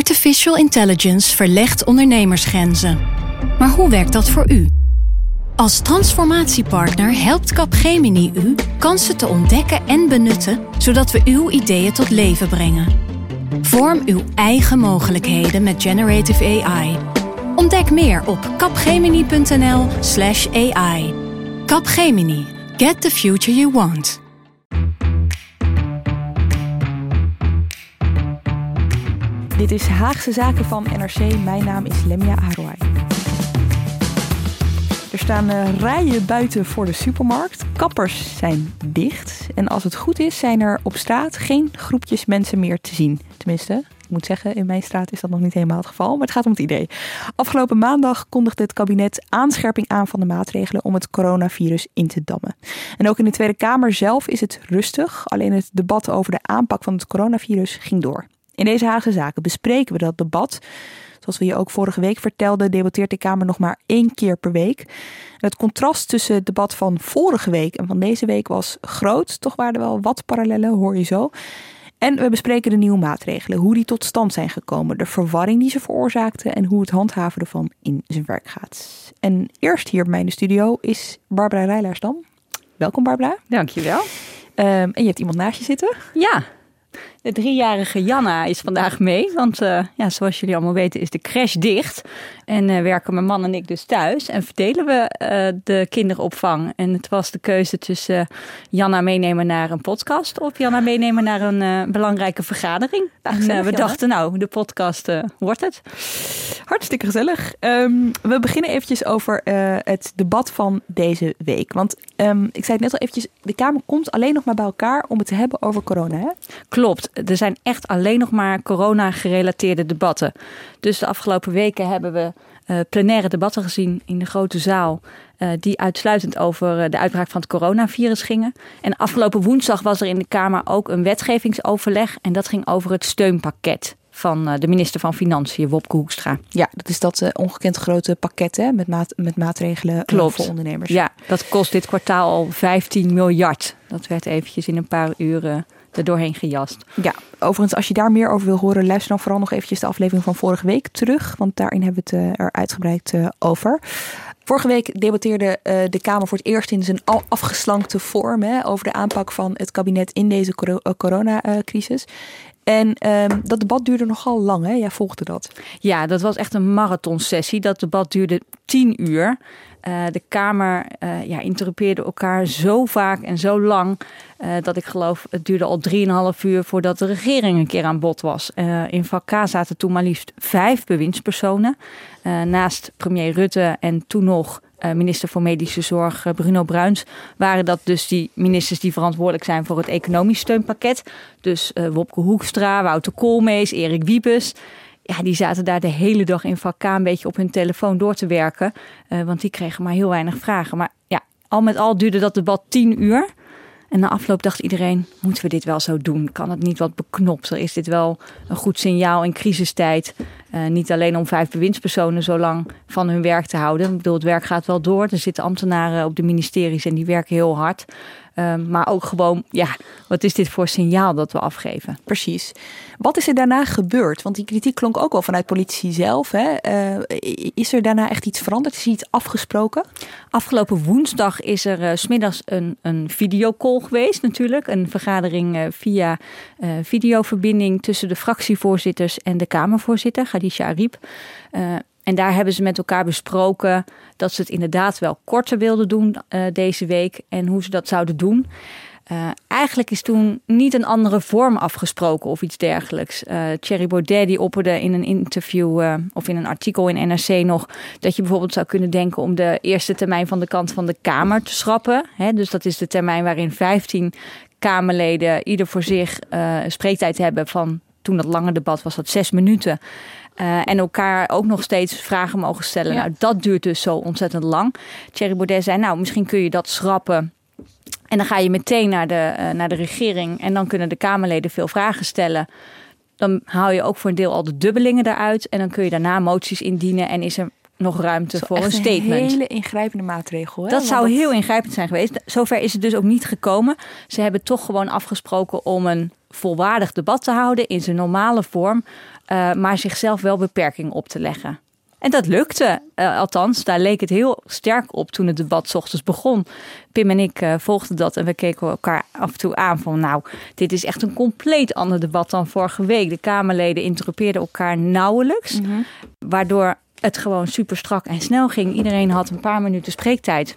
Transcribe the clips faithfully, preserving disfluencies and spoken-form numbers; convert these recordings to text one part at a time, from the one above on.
Artificial intelligence verlegt ondernemersgrenzen. Maar hoe werkt dat voor u? Als transformatiepartner helpt Capgemini u kansen te ontdekken en benutten, zodat we uw ideeën tot leven brengen. Vorm uw eigen mogelijkheden met Generative A I. Ontdek meer op capgemini.nl slash AI. Capgemini. Get the future you want. Dit is Haagse Zaken van N R C. Mijn naam is Lemia Arouai. Er staan uh, rijen buiten voor de supermarkt. Kappers zijn dicht. En als het goed is, zijn er op straat geen groepjes mensen meer te zien. Tenminste, ik moet zeggen, in mijn straat is dat nog niet helemaal het geval. Maar het gaat om het idee. Afgelopen maandag kondigde het kabinet aanscherping aan van de maatregelen om het coronavirus in te dammen. En ook in de Tweede Kamer zelf is het rustig. Alleen het debat over de aanpak van het coronavirus ging door. In deze Haagse Zaken bespreken we dat debat. Zoals we je ook vorige week vertelden, debatteert de Kamer nog maar één keer per week. En het contrast tussen het debat van vorige week en van deze week was groot. Toch waren er wel wat parallellen, hoor je zo. En we bespreken de nieuwe maatregelen, hoe die tot stand zijn gekomen, de verwarring die ze veroorzaakten en hoe het handhaven ervan in zijn werk gaat. En eerst hier bij mij in de studio is Barbara Rijlaarsdam. Welkom, Barbara. Dankjewel. Um, en je hebt iemand naast je zitten. Ja. De driejarige Janna is vandaag mee, want uh, ja, zoals jullie allemaal weten is de crash dicht. En uh, werken mijn man en ik dus thuis en verdelen we uh, de kinderopvang. En het was de keuze tussen uh, Janna meenemen naar een podcast of Janna meenemen naar een uh, belangrijke vergadering. Nou, en, uh, we Janna. dachten nou, de podcast uh, wordt het. Hartstikke gezellig. Um, we beginnen eventjes over uh, het debat van deze week. Want um, ik zei het net al eventjes, de Kamer komt alleen nog maar bij elkaar om het te hebben over corona, hè? Klopt. Er zijn echt alleen nog maar corona-gerelateerde debatten. Dus de afgelopen weken hebben we uh, plenaire debatten gezien in de grote zaal. Uh, die uitsluitend over uh, de uitbraak van het coronavirus gingen. En afgelopen woensdag was er in de Kamer ook een wetgevingsoverleg. En dat ging over het steunpakket van uh, de minister van Financiën, Wopke Hoekstra. Ja, dat is dat uh, ongekend grote pakket, hè, met, maat, met maatregelen Klopt. voor ondernemers. Ja, dat kost dit kwartaal al vijftien miljard. Dat werd eventjes in een paar uren er doorheen gejast. Ja, overigens, als je daar meer over wil horen, luister dan vooral nog eventjes de aflevering van vorige week terug. Want daarin hebben we het uh, er uitgebreid uh, over. Vorige week debatteerde uh, de Kamer voor het eerst in zijn al afgeslankte vorm hè, over de aanpak van het kabinet in deze coro- uh, coronacrisis. En um, dat debat duurde nogal lang, hè? Jij volgde dat. Ja, dat was echt een marathonsessie. Dat debat duurde tien uur. Uh, de Kamer uh, ja, interrupeerde elkaar zo vaak en zo lang Uh, dat ik geloof, het duurde al drieënhalf uur voordat de regering een keer aan bod was. Uh, in vak K zaten toen maar liefst vijf bewindspersonen. Uh, naast premier Rutte en toen nog uh, minister voor Medische Zorg uh, Bruno Bruins waren dat dus die ministers die verantwoordelijk zijn voor het economisch steunpakket. Dus uh, Wopke Hoekstra, Wouter Koolmees, Erik Wiebes. Ja, die zaten daar de hele dag in vak K een beetje op hun telefoon door te werken. Uh, want die kregen maar heel weinig vragen. Maar ja, al met al duurde dat debat tien uur. En na afloop dacht iedereen, moeten we dit wel zo doen? Kan het niet wat beknopter? Is dit wel een goed signaal in crisistijd? Uh, niet alleen om vijf bewindspersonen zo lang van hun werk te houden. Ik bedoel, het werk gaat wel door. Er zitten ambtenaren op de ministeries en die werken heel hard. Uh, maar ook gewoon, ja, wat is dit voor signaal dat we afgeven? Precies. Wat is er daarna gebeurd? Want die kritiek klonk ook wel vanuit politici zelf. Hè? Uh, is er daarna echt iets veranderd? Is er iets afgesproken? Afgelopen woensdag is er uh, 's middags een, een videocall geweest natuurlijk. Een vergadering uh, via uh, videoverbinding tussen de fractievoorzitters en de Kamervoorzitter, Khadija Ariep. Uh, En daar hebben ze met elkaar besproken dat ze het inderdaad wel korter wilden doen uh, deze week en hoe ze dat zouden doen. Uh, eigenlijk is toen niet een andere vorm afgesproken of iets dergelijks. Uh, Thierry Baudet die opperde in een interview uh, of in een artikel in N R C nog dat je bijvoorbeeld zou kunnen denken om de eerste termijn van de kant van de Kamer te schrappen. He, dus dat is de termijn waarin vijftien Kamerleden ieder voor zich uh, spreektijd hebben van, toen dat lange debat was dat zes minuten. Uh, en elkaar ook nog steeds vragen mogen stellen. Ja. Nou, dat duurt dus zo ontzettend lang. Thierry Baudet zei, nou, misschien kun je dat schrappen. En dan ga je meteen naar de, uh, naar de regering. En dan kunnen de Kamerleden veel vragen stellen. Dan haal je ook voor een deel al de dubbelingen eruit. En dan kun je daarna moties indienen. En is er nog ruimte voor een statement. Een hele ingrijpende maatregel. Hè? Dat zou dat... heel ingrijpend zijn geweest. Zover is het dus ook niet gekomen. Ze hebben toch gewoon afgesproken om een volwaardig debat te houden in zijn normale vorm, uh, maar zichzelf wel beperking op te leggen. En dat lukte. Uh, althans, daar leek het heel sterk op toen het debat 's ochtends begon. Pim en ik uh, volgden dat en we keken elkaar af en toe aan van, nou, dit is echt een compleet ander debat dan vorige week. De Kamerleden interrupeerden elkaar nauwelijks, mm-hmm. waardoor het gewoon super strak en snel ging. Iedereen had een paar minuten spreektijd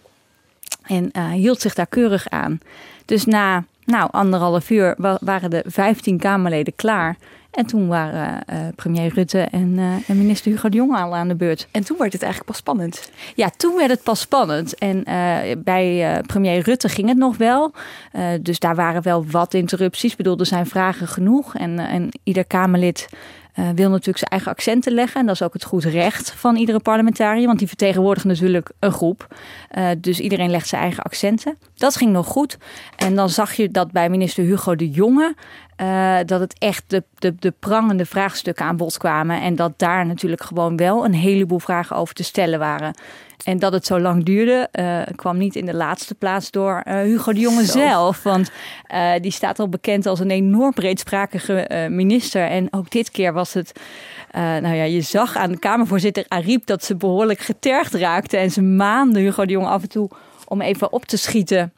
en uh, hield zich daar keurig aan. Dus na nou, anderhalf uur wa- waren de vijftien Kamerleden klaar. En toen waren uh, premier Rutte en, uh, en minister Hugo de Jonge al aan de beurt. En toen werd het eigenlijk pas spannend. Ja, toen werd het pas spannend. En uh, bij uh, premier Rutte ging het nog wel. Uh, dus daar waren wel wat interrupties. Ik bedoel, er zijn vragen genoeg. En, uh, en ieder Kamerlid uh, wil natuurlijk zijn eigen accenten leggen. En dat is ook het goed recht van iedere parlementariër. Want die vertegenwoordigt natuurlijk een groep. Uh, dus iedereen legt zijn eigen accenten. Dat ging nog goed. En dan zag je dat bij minister Hugo de Jonge Uh, dat het echt de, de, de prangende vraagstukken aan bod kwamen. En dat daar natuurlijk gewoon wel een heleboel vragen over te stellen waren. En dat het zo lang duurde, uh, kwam niet in de laatste plaats door uh, Hugo de Jonge zo. zelf. Want uh, die staat al bekend als een enorm breedsprakige uh, minister. En ook dit keer was het, uh, nou ja, je zag aan de Kamervoorzitter Ariep dat ze behoorlijk getergd raakte. En ze maande Hugo de Jonge af en toe om even op te schieten.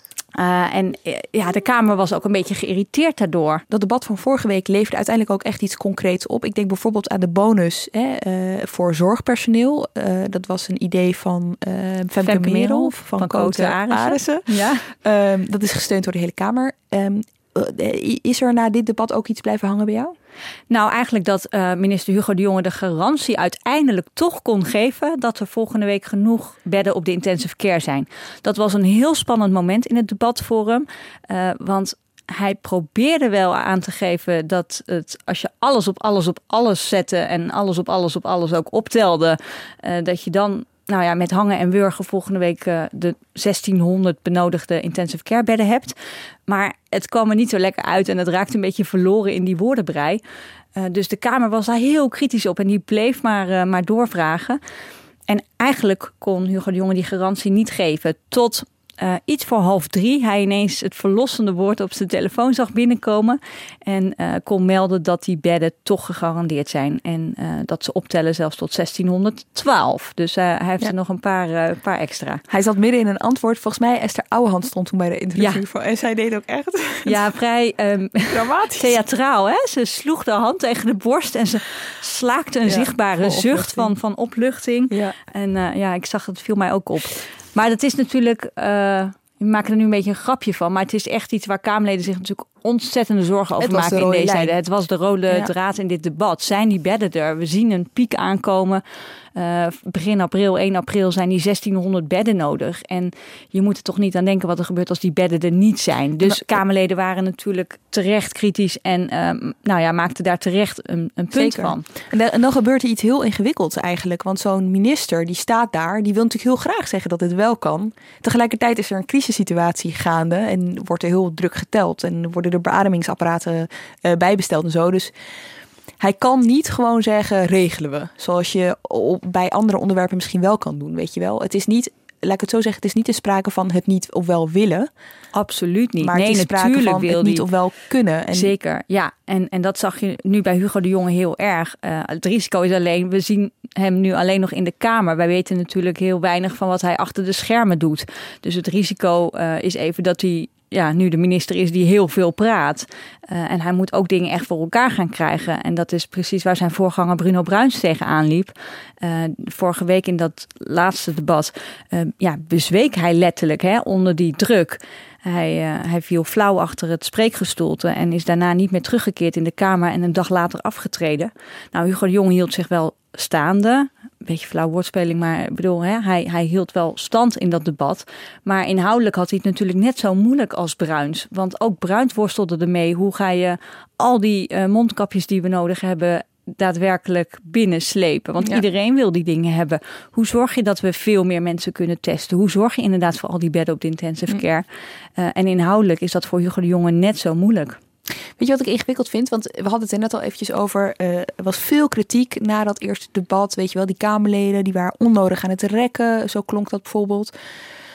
Uh, en ja, de Kamer was ook een beetje geïrriteerd daardoor. Dat debat van vorige week leverde uiteindelijk ook echt iets concreets op. Ik denk bijvoorbeeld aan de bonus hè, uh, voor zorgpersoneel. Uh, dat was een idee van uh, Femke, Femke Merel, van, van Kote Arissen. Ja. Um, dat is gesteund door de hele Kamer. Um, uh, is er na dit debat ook iets blijven hangen bij jou? Nou, eigenlijk dat uh, minister Hugo de Jonge de garantie uiteindelijk toch kon geven dat er volgende week genoeg bedden op de intensive care zijn. Dat was een heel spannend moment in het debatforum, uh, want hij probeerde wel aan te geven dat het, als je alles op alles op alles zette en alles op alles op alles ook optelde, uh, dat je dan nou ja, met hangen en wurgen volgende week uh, de zestienhonderd benodigde intensive care bedden hebt. Maar het kwam er niet zo lekker uit en het raakte een beetje verloren in die woordenbrei. Uh, dus de Kamer was daar heel kritisch op en die bleef maar, uh, maar doorvragen. En eigenlijk kon Hugo de Jonge die garantie niet geven tot Uh, iets voor half drie hij ineens het verlossende woord op zijn telefoon zag binnenkomen. En uh, kon melden dat die bedden toch gegarandeerd zijn. En uh, dat ze optellen zelfs tot zestienhonderdtwaalf. Dus uh, hij heeft ja. er nog een paar, uh, paar extra. Hij zat midden in een antwoord. Volgens mij Esther Ouwehand stond toen bij de interview. Ja. Van, en zij deed ook echt ja, vrij um, dramatisch. Theatraal. Hè? Ze sloeg de hand tegen de borst en ze slaakte een ja, zichtbare zucht van, van opluchting. Ja. En uh, ja, ik zag het, viel mij ook op. Maar dat is natuurlijk, uh, we maken er nu een beetje een grapje van, maar het is echt iets waar Kamerleden zich natuurlijk ontzettende zorgen over maken in deze tijd. Het was de rode ja. draad in dit debat. Zijn die bedden er? We zien een piek aankomen. Uh, begin april, één april zijn die zestienhonderd bedden nodig. En je moet er toch niet aan denken wat er gebeurt als die bedden er niet zijn. Dus maar, Kamerleden waren natuurlijk terecht kritisch en uh, nou ja, maakten daar terecht een, een punt zeker. van. En, de, en dan gebeurt er iets heel ingewikkelds eigenlijk. Want zo'n minister die staat daar, die wil natuurlijk heel graag zeggen dat het wel kan. Tegelijkertijd is er een crisissituatie gaande en wordt er heel druk geteld. En worden er beademingsapparaten uh, bijbesteld en zo. Dus hij kan niet gewoon zeggen, regelen we. Zoals je bij andere onderwerpen misschien wel kan doen, weet je wel. Het is niet, laat ik het zo zeggen, het is niet de sprake van het niet of wel willen. Absoluut niet. Maar nee, het is sprake van wil het niet of wel kunnen. En zeker, ja. En, en dat zag je nu bij Hugo de Jonge heel erg. Uh, het risico is alleen, we zien hem nu alleen nog in de Kamer. Wij weten natuurlijk heel weinig van wat hij achter de schermen doet. Dus het risico uh, is even dat hij ja, nu de minister is die heel veel praat. Uh, en hij moet ook dingen echt voor elkaar gaan krijgen. En dat is precies waar zijn voorganger Bruno Bruins tegenaan liep. Uh, vorige week in dat laatste debat uh, ja, bezweek hij letterlijk hè, onder die druk. Hij, uh, hij viel flauw achter het spreekgestoelte en is daarna niet meer teruggekeerd in de Kamer en een dag later afgetreden. Nou, Hugo de Jonge hield zich wel staande. Een beetje flauw woordspeling, maar ik bedoel, hè, hij, hij hield wel stand in dat debat. Maar inhoudelijk had hij het natuurlijk net zo moeilijk als Bruins. Want ook Bruins worstelde ermee. Hoe ga je al die uh, mondkapjes die we nodig hebben daadwerkelijk binnenslepen? Want ja. iedereen wil die dingen hebben. Hoe zorg je dat we veel meer mensen kunnen testen? Hoe zorg je inderdaad voor al die bedden op de intensive care? Uh, en inhoudelijk is dat voor Hugo de Jonge net zo moeilijk. Weet je wat ik ingewikkeld vind? Want we hadden het er net al eventjes over. Uh, er was veel kritiek na dat eerste debat. Weet je wel, die Kamerleden die waren onnodig aan het rekken. Zo klonk dat bijvoorbeeld.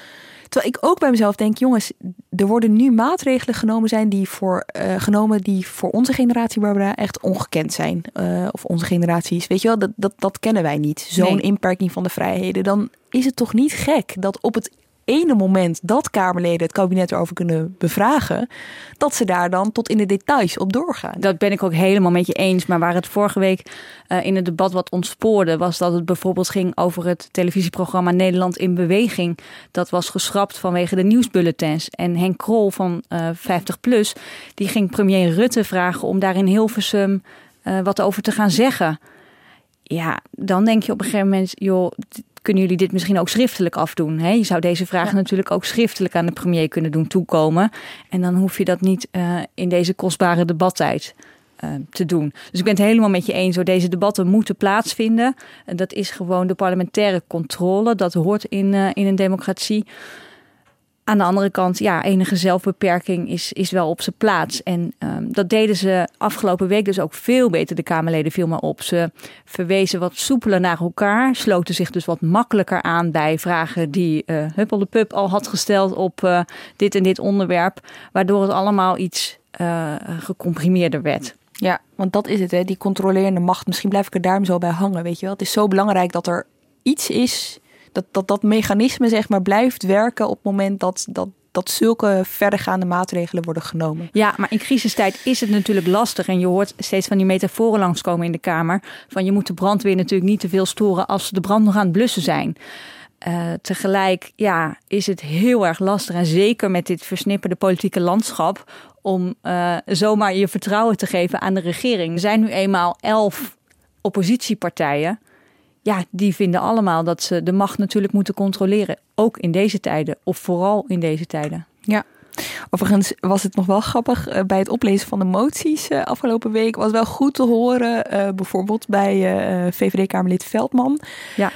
Terwijl ik ook bij mezelf denk, jongens, er worden nu maatregelen genomen zijn die voor uh, genomen die voor onze generatie, Barbara, echt ongekend zijn. Uh, of onze generaties, weet je wel, dat, dat, dat kennen wij niet. Zo'n nee. inperking van de vrijheden. Dan is het toch niet gek dat op het ene moment dat Kamerleden het kabinet erover kunnen bevragen, dat ze daar dan tot in de details op doorgaan. Dat ben ik ook helemaal met je eens. Maar waar het vorige week uh, in het debat wat ontspoorde, was dat het bijvoorbeeld ging over het televisieprogramma Nederland in Beweging. Dat was geschrapt vanwege de nieuwsbulletins. En Henk Krol van uh, vijftig plus, die ging premier Rutte vragen om daar in Hilversum uh, wat over te gaan zeggen. Ja, dan denk je op een gegeven moment, joh, kunnen jullie dit misschien ook schriftelijk afdoen? Hè? Je zou deze vraag ja. natuurlijk ook schriftelijk aan de premier kunnen doen toekomen. En dan hoef je dat niet uh, in deze kostbare debattijd uh, te doen. Dus ik ben het helemaal met je eens. Hoor. Deze debatten moeten plaatsvinden. En dat is gewoon de parlementaire controle. Dat hoort in, uh, in een democratie. Aan de andere kant, ja, enige zelfbeperking is, is wel op zijn plaats. En um, dat deden ze afgelopen week dus ook veel beter. De Kamerleden viel maar op. Ze verwezen wat soepeler naar elkaar. Sloten zich dus wat makkelijker aan bij vragen die uh, Huppel de Pup al had gesteld op uh, dit en dit onderwerp. Waardoor het allemaal iets uh, gecomprimeerder werd. Ja, want dat is het, hè? Die controlerende macht. Misschien blijf ik er daarom zo bij hangen, weet je wel. Het is zo belangrijk dat er iets is, Dat, dat dat mechanisme zeg maar blijft werken op het moment dat, dat, dat zulke verdergaande maatregelen worden genomen. Ja, maar in crisistijd is het natuurlijk lastig. En je hoort steeds van die metaforen langskomen in de Kamer. Van je moet de brandweer natuurlijk niet te veel storen als ze de brand nog aan het blussen zijn. Uh, tegelijk ja, is het heel erg lastig. En zeker met dit versnipperde politieke landschap, om uh, zomaar je vertrouwen te geven aan de regering. Er zijn nu eenmaal elf oppositiepartijen. Ja, die vinden allemaal dat ze de macht natuurlijk moeten controleren. Ook in deze tijden. Of vooral in deze tijden. Ja. Overigens was het nog wel grappig. Uh, bij het oplezen van de moties uh, afgelopen week was wel goed te horen. Uh, bijvoorbeeld bij uh, V V D-Kamerlid Veldman. Ja.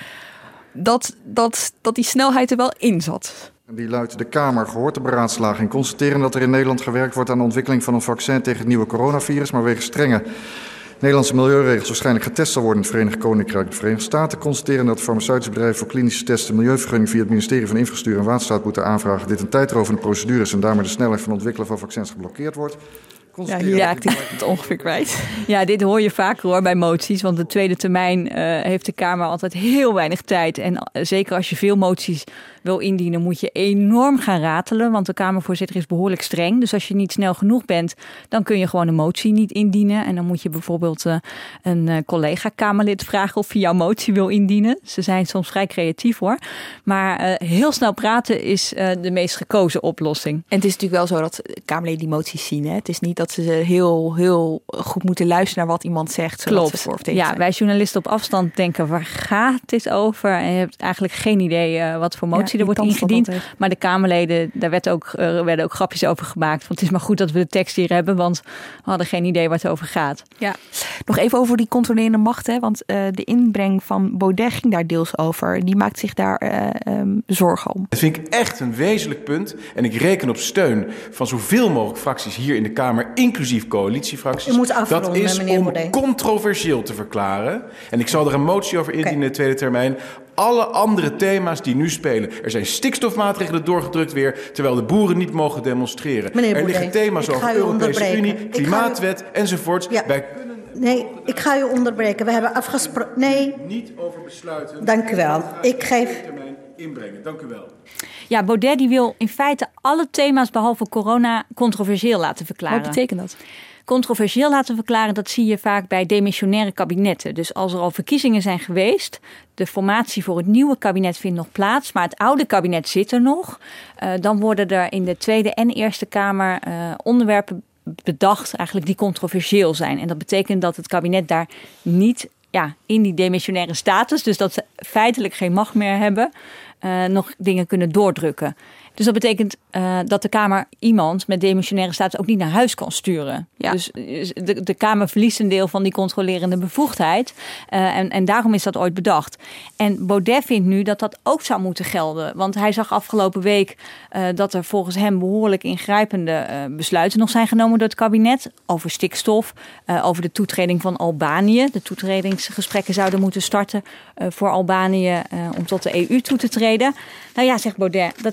Dat, dat, dat die snelheid er wel in zat. Die luidt: de Kamer gehoord de beraadslaging. Constateren dat er in Nederland gewerkt wordt aan de ontwikkeling van een vaccin tegen het nieuwe coronavirus. Maar wegens strenge Nederlandse milieuregels waarschijnlijk getest zal worden in het Verenigd Koninkrijk en de Verenigde Staten. Constateren dat farmaceutische bedrijven voor klinische testen milieuvergunning via het ministerie van Infrastructuur en Waterstaat moeten aanvragen. Dit een tijdrovende procedure is en daarmee de snelheid van het ontwikkelen van vaccins geblokkeerd wordt. Ja, hier raakt hij het ongeveer kwijt. Ja, dit hoor je vaker hoor bij moties. Want de tweede termijn uh, heeft de Kamer altijd heel weinig tijd. En uh, zeker als je veel moties wil indienen, moet je enorm gaan ratelen. Want de Kamervoorzitter is behoorlijk streng. Dus als je niet snel genoeg bent, dan kun je gewoon een motie niet indienen. En dan moet je bijvoorbeeld uh, een uh, collega-Kamerlid vragen of hij jouw motie wil indienen. Ze zijn soms vrij creatief hoor. Maar uh, heel snel praten is uh, de meest gekozen oplossing. En het is natuurlijk wel zo dat Kamerleden die moties zien. Hè? Het is niet dat ze heel, heel goed moeten luisteren naar wat iemand zegt. Klopt. Ze ja, zijn. Wij journalisten op afstand denken, waar gaat dit over? En je hebt eigenlijk geen idee uh, wat voor motie ja, er wordt ingediend. Maar de Kamerleden, daar werd ook, uh, werden ook grapjes over gemaakt. Want het is maar goed dat we de tekst hier hebben, want we hadden geen idee waar het over gaat. Ja. Nog even over die controlerende macht. Hè? Want uh, de inbreng van Baudet ging daar deels over. Die maakt zich daar uh, um, zorgen om. Dat vind ik echt een wezenlijk punt. En ik reken op steun van zoveel mogelijk fracties hier in de Kamer, inclusief coalitiefracties. U moet afronden, dat is meneer om Baudet. Controversieel te verklaren. En ik zal er een motie over indienen okay. in de tweede termijn. Alle andere thema's die nu spelen. Er zijn stikstofmaatregelen doorgedrukt weer, terwijl de boeren niet mogen demonstreren. Meneer er liggen thema's over de Europese Unie, klimaatwet u... enzovoorts. Ja. Wij kunnen... Nee, ik ga u onderbreken. We hebben afgesproken. Nee. Niet over besluiten. Dank u wel. Ik geef. Inbrengen. Dank u wel. Ja, Baudet die wil in feite alle thema's behalve corona controversieel laten verklaren. Wat betekent dat? Controversieel laten verklaren, dat zie je vaak bij demissionaire kabinetten. Dus als er al verkiezingen zijn geweest, de formatie voor het nieuwe kabinet vindt nog plaats, maar het oude kabinet zit er nog. Uh, dan worden er in de Tweede en Eerste Kamer uh, onderwerpen bedacht eigenlijk die controversieel zijn. En dat betekent dat het kabinet daar niet ja, in die demissionaire status, dus dat ze feitelijk geen macht meer hebben, uh, nog dingen kunnen doordrukken. Dus dat betekent uh, dat de Kamer iemand met demissionaire status ook niet naar huis kan sturen. Ja. Dus de, de Kamer verliest een deel van die controlerende bevoegdheid. Uh, en, en daarom is dat ooit bedacht. En Baudet vindt nu dat dat ook zou moeten gelden. Want hij zag afgelopen week uh, dat er volgens hem behoorlijk ingrijpende uh, besluiten nog zijn genomen door het kabinet. Over stikstof, uh, over de toetreding van Albanië. De toetredingsgesprekken zouden moeten starten uh, voor Albanië uh, om tot de E U toe te treden. Nou ja, zegt Baudet, dat is toch heel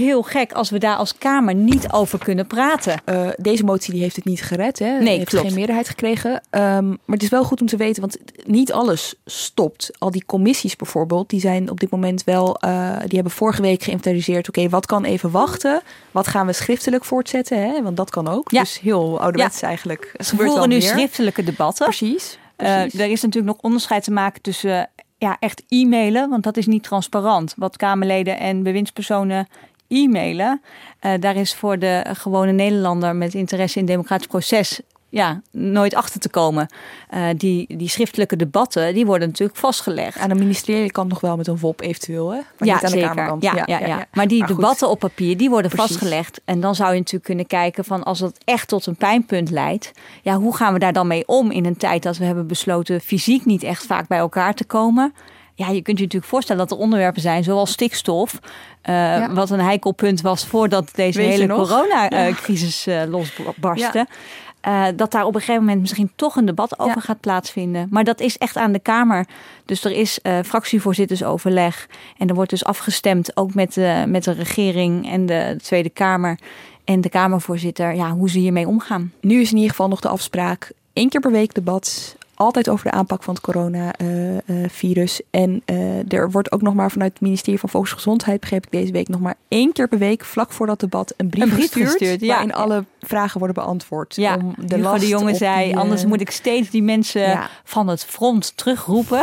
heel gek als we daar als Kamer niet over kunnen praten. Uh, deze motie die heeft het niet gered. Hè? Nee, heeft klopt. geen meerderheid gekregen. Um, maar het is wel goed om te weten, want niet alles stopt. Al die commissies bijvoorbeeld, die zijn op dit moment wel... Uh, die hebben vorige week geïnventariseerd. Oké, okay, wat kan even wachten? Wat gaan we schriftelijk voortzetten? Hè? Want dat kan ook. Ja. Dus heel ouderwets ja. eigenlijk. Ze voeren nu schriftelijke debatten. Precies. Precies. Uh, er is natuurlijk nog onderscheid te maken tussen... Uh, Ja, echt e-mailen, want dat is niet transparant. Wat Kamerleden en bewindspersonen e-mailen. Uh, daar is voor de gewone Nederlander met interesse in het democratisch proces... ja, nooit achter te komen. Uh, die, die schriftelijke debatten, die worden natuurlijk vastgelegd. Aan de ministeriële kant nog wel met een V O P eventueel, hè? Maar ja, niet aan zeker. de Kamerkant. Ja, ja, ja, ja. Maar die maar debatten op papier, die worden Precies. vastgelegd. En dan zou je natuurlijk kunnen kijken van als dat echt tot een pijnpunt leidt. Ja, hoe gaan we daar dan mee om in een tijd dat we hebben besloten fysiek niet echt vaak bij elkaar te komen? Ja, je kunt je natuurlijk voorstellen dat er onderwerpen zijn, zoals stikstof. Uh, ja. Wat een heikel punt was voordat deze Weet hele coronacrisis ja. uh, losbarstte. Ja. Uh, dat daar op een gegeven moment misschien toch een debat over ja. gaat plaatsvinden. Maar dat is echt aan de Kamer. Dus er is uh, fractievoorzittersoverleg. En er wordt dus afgestemd ook met de, met de regering en de, de Tweede Kamer. En de Kamervoorzitter, ja, hoe ze hiermee omgaan. Nu is in ieder geval nog de afspraak. Eén keer per week debat. Altijd over de aanpak van het coronavirus. Uh, uh, en uh, er wordt ook nog maar vanuit het ministerie van Volksgezondheid, begreep ik deze week, nog maar één keer per week, vlak voor dat debat, een brief, een brief gestuurd, gestuurd. Ja. Waarin alle vragen worden beantwoord. Ja, om de Hugo last de Jonge zei, die, uh... anders moet ik steeds die mensen ja. van het front terugroepen.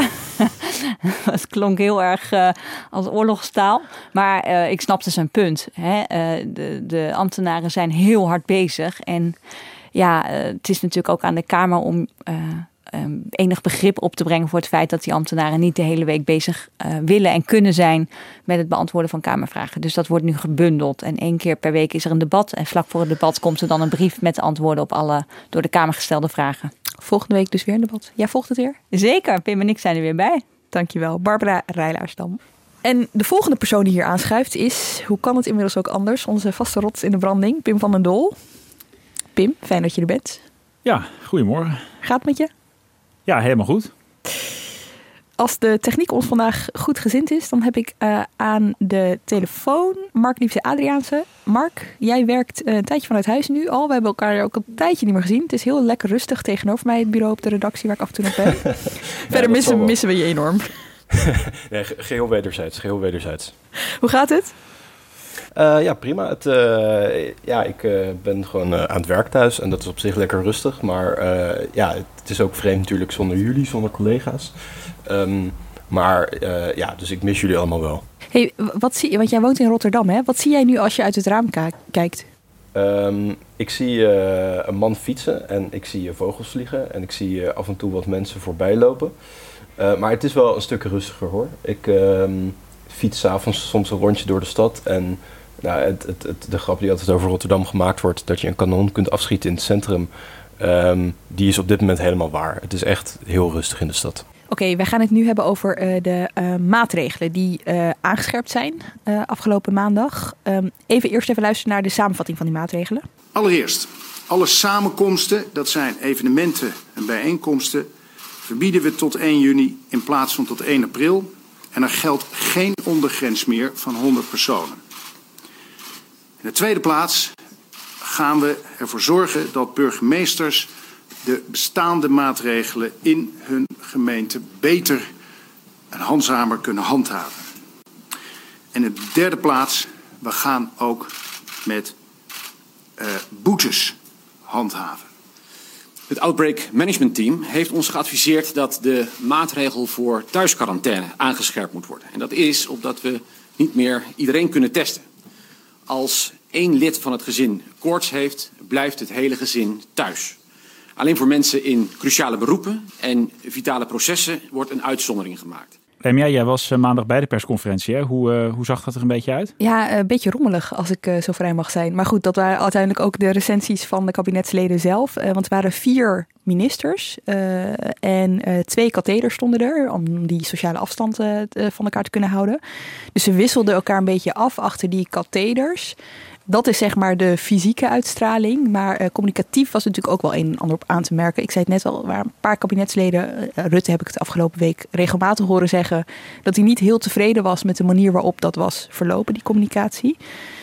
Dat klonk heel erg uh, als oorlogstaal. Maar uh, ik snapte zijn punt. Hè? Uh, de, de ambtenaren zijn heel hard bezig. En ja, uh, het is natuurlijk ook aan de Kamer om... Uh, Um, enig begrip op te brengen voor het feit dat die ambtenaren niet de hele week bezig uh, willen en kunnen zijn met het beantwoorden van Kamervragen. Dus dat wordt nu gebundeld. En één keer per week is er een debat. En vlak voor het debat komt er dan een brief met de antwoorden op alle door de Kamer gestelde vragen. Volgende week dus weer een debat. Jij volgt het weer? Zeker. Pim en ik zijn er weer bij. Dankjewel. Barbara Rijlaarsdam. En de volgende persoon die hier aanschuift is, hoe kan het inmiddels ook anders, onze vaste rots in de branding, Pim van den Doel. Pim, fijn dat je er bent. Ja, goedemorgen. Gaat het met je? Ja, helemaal goed. Als de techniek ons vandaag goed gezind is, dan heb ik uh, aan de telefoon Mark Liefse Adriaanse. Mark, jij werkt uh, een tijdje vanuit huis nu al. We hebben elkaar ook een tijdje niet meer gezien. Het is heel lekker rustig tegenover mij, het bureau op de redactie waar ik af en toe nog ben. ja, Verder missen, missen we je enorm. nee, geheel wederzijds, geheel wederzijds. Hoe gaat het? Uh, ja, prima. Het, uh, ja, ik uh, ben gewoon uh, aan het werk thuis en dat is op zich lekker rustig. Maar uh, ja, het is ook vreemd natuurlijk zonder jullie, zonder collega's. Um, maar uh, ja, dus ik mis jullie allemaal wel. Hey, wat zie je? Want jij woont in Rotterdam, hè? Wat zie jij nu als je uit het raam ka- kijkt? Um, ik zie uh, een man fietsen en ik zie uh, vogels vliegen en ik zie uh, af en toe wat mensen voorbij lopen. Uh, maar het is wel een stuk rustiger hoor. Ik uh, fiets 's avonds soms een rondje door de stad en nou, het, het, het, de grap die altijd over Rotterdam gemaakt wordt, dat je een kanon kunt afschieten in het centrum, um, die is op dit moment helemaal waar. Het is echt heel rustig in de stad. Oké, okay, wij gaan het nu hebben over uh, de uh, maatregelen die uh, aangescherpt zijn uh, afgelopen maandag. Um, even eerst even luisteren naar de samenvatting van die maatregelen. Allereerst, alle samenkomsten, dat zijn evenementen en bijeenkomsten, verbieden we tot één juni in plaats van tot één april. En er geldt geen ondergrens meer van honderd personen. In de tweede plaats gaan we ervoor zorgen dat burgemeesters de bestaande maatregelen in hun gemeente beter en handzamer kunnen handhaven. En in de derde plaats, we gaan ook met uh, boetes handhaven. Het Outbreak Management Team heeft ons geadviseerd dat de maatregel voor thuisquarantaine aangescherpt moet worden. En dat is omdat we niet meer iedereen kunnen testen. Als één lid van het gezin koorts heeft, blijft het hele gezin thuis. Alleen voor mensen in cruciale beroepen en vitale processen wordt een uitzondering gemaakt. Lemia, jij was maandag bij de persconferentie. Hè? Hoe, uh, hoe zag dat er een beetje uit? Ja, een beetje rommelig als ik uh, zo vrij mag zijn. Maar goed, dat waren uiteindelijk ook de recensies van de kabinetsleden zelf. Uh, want er waren vier ministers uh, en uh, twee katheders stonden er om die sociale afstand uh, van elkaar te kunnen houden. Dus ze wisselden elkaar een beetje af achter die katheders. Dat is zeg maar de fysieke uitstraling. Maar uh, communicatief was natuurlijk ook wel een en ander op aan te merken. Ik zei het net al, er waren een paar kabinetsleden. Uh, Rutte heb ik het afgelopen week regelmatig horen zeggen dat hij niet heel tevreden was met de manier waarop dat was verlopen, die communicatie.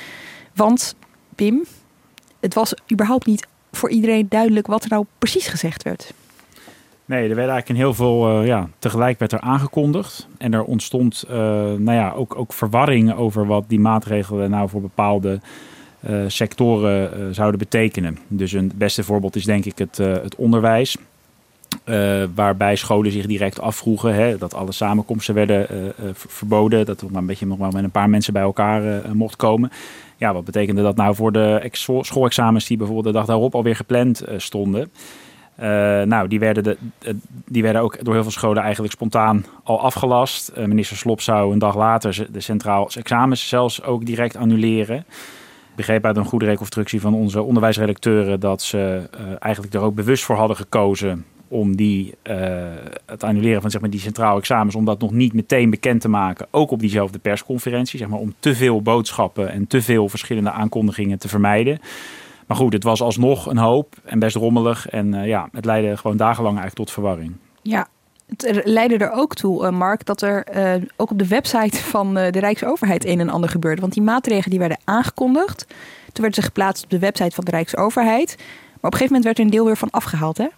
Want Pim, het was überhaupt niet voor iedereen duidelijk wat er nou precies gezegd werd. Nee, er werd eigenlijk in heel veel, uh, ja, tegelijk werd er aangekondigd. En er ontstond uh, nou ja, ook, ook verwarring over wat die maatregelen nou voor bepaalde uh, sectoren uh, zouden betekenen. Dus een beste voorbeeld is denk ik het, uh, het onderwijs. Uh, waarbij scholen zich direct afvroegen, hè, dat alle samenkomsten werden uh, uh, verboden. Dat er maar een beetje nog maar met een paar mensen bij elkaar uh, mocht komen. Ja, wat betekende dat nou voor de ex- schoolexamens die bijvoorbeeld de dag daarop alweer gepland uh, stonden? Uh, nou, die werden, de, die werden ook door heel veel scholen eigenlijk spontaan al afgelast. Uh, minister Slop zou een dag later de centraal examens zelfs ook direct annuleren. Ik begreep uit een goede reconstructie van onze onderwijsredacteuren dat ze uh, eigenlijk er ook bewust voor hadden gekozen om die, uh, het annuleren van zeg maar, die centraal examens, om dat nog niet meteen bekend te maken, ook op diezelfde persconferentie, zeg maar, om te veel boodschappen en te veel verschillende aankondigingen te vermijden. Maar goed, het was alsnog een hoop en best rommelig. En uh, ja, het leidde gewoon dagenlang eigenlijk tot verwarring. Ja, het leidde er ook toe, uh, Mark, dat er uh, ook op de website van uh, de Rijksoverheid een en ander gebeurde. Want die maatregelen die werden aangekondigd. Toen werden ze geplaatst op de website van de Rijksoverheid. Maar op een gegeven moment werd er een deel weer van afgehaald, hè?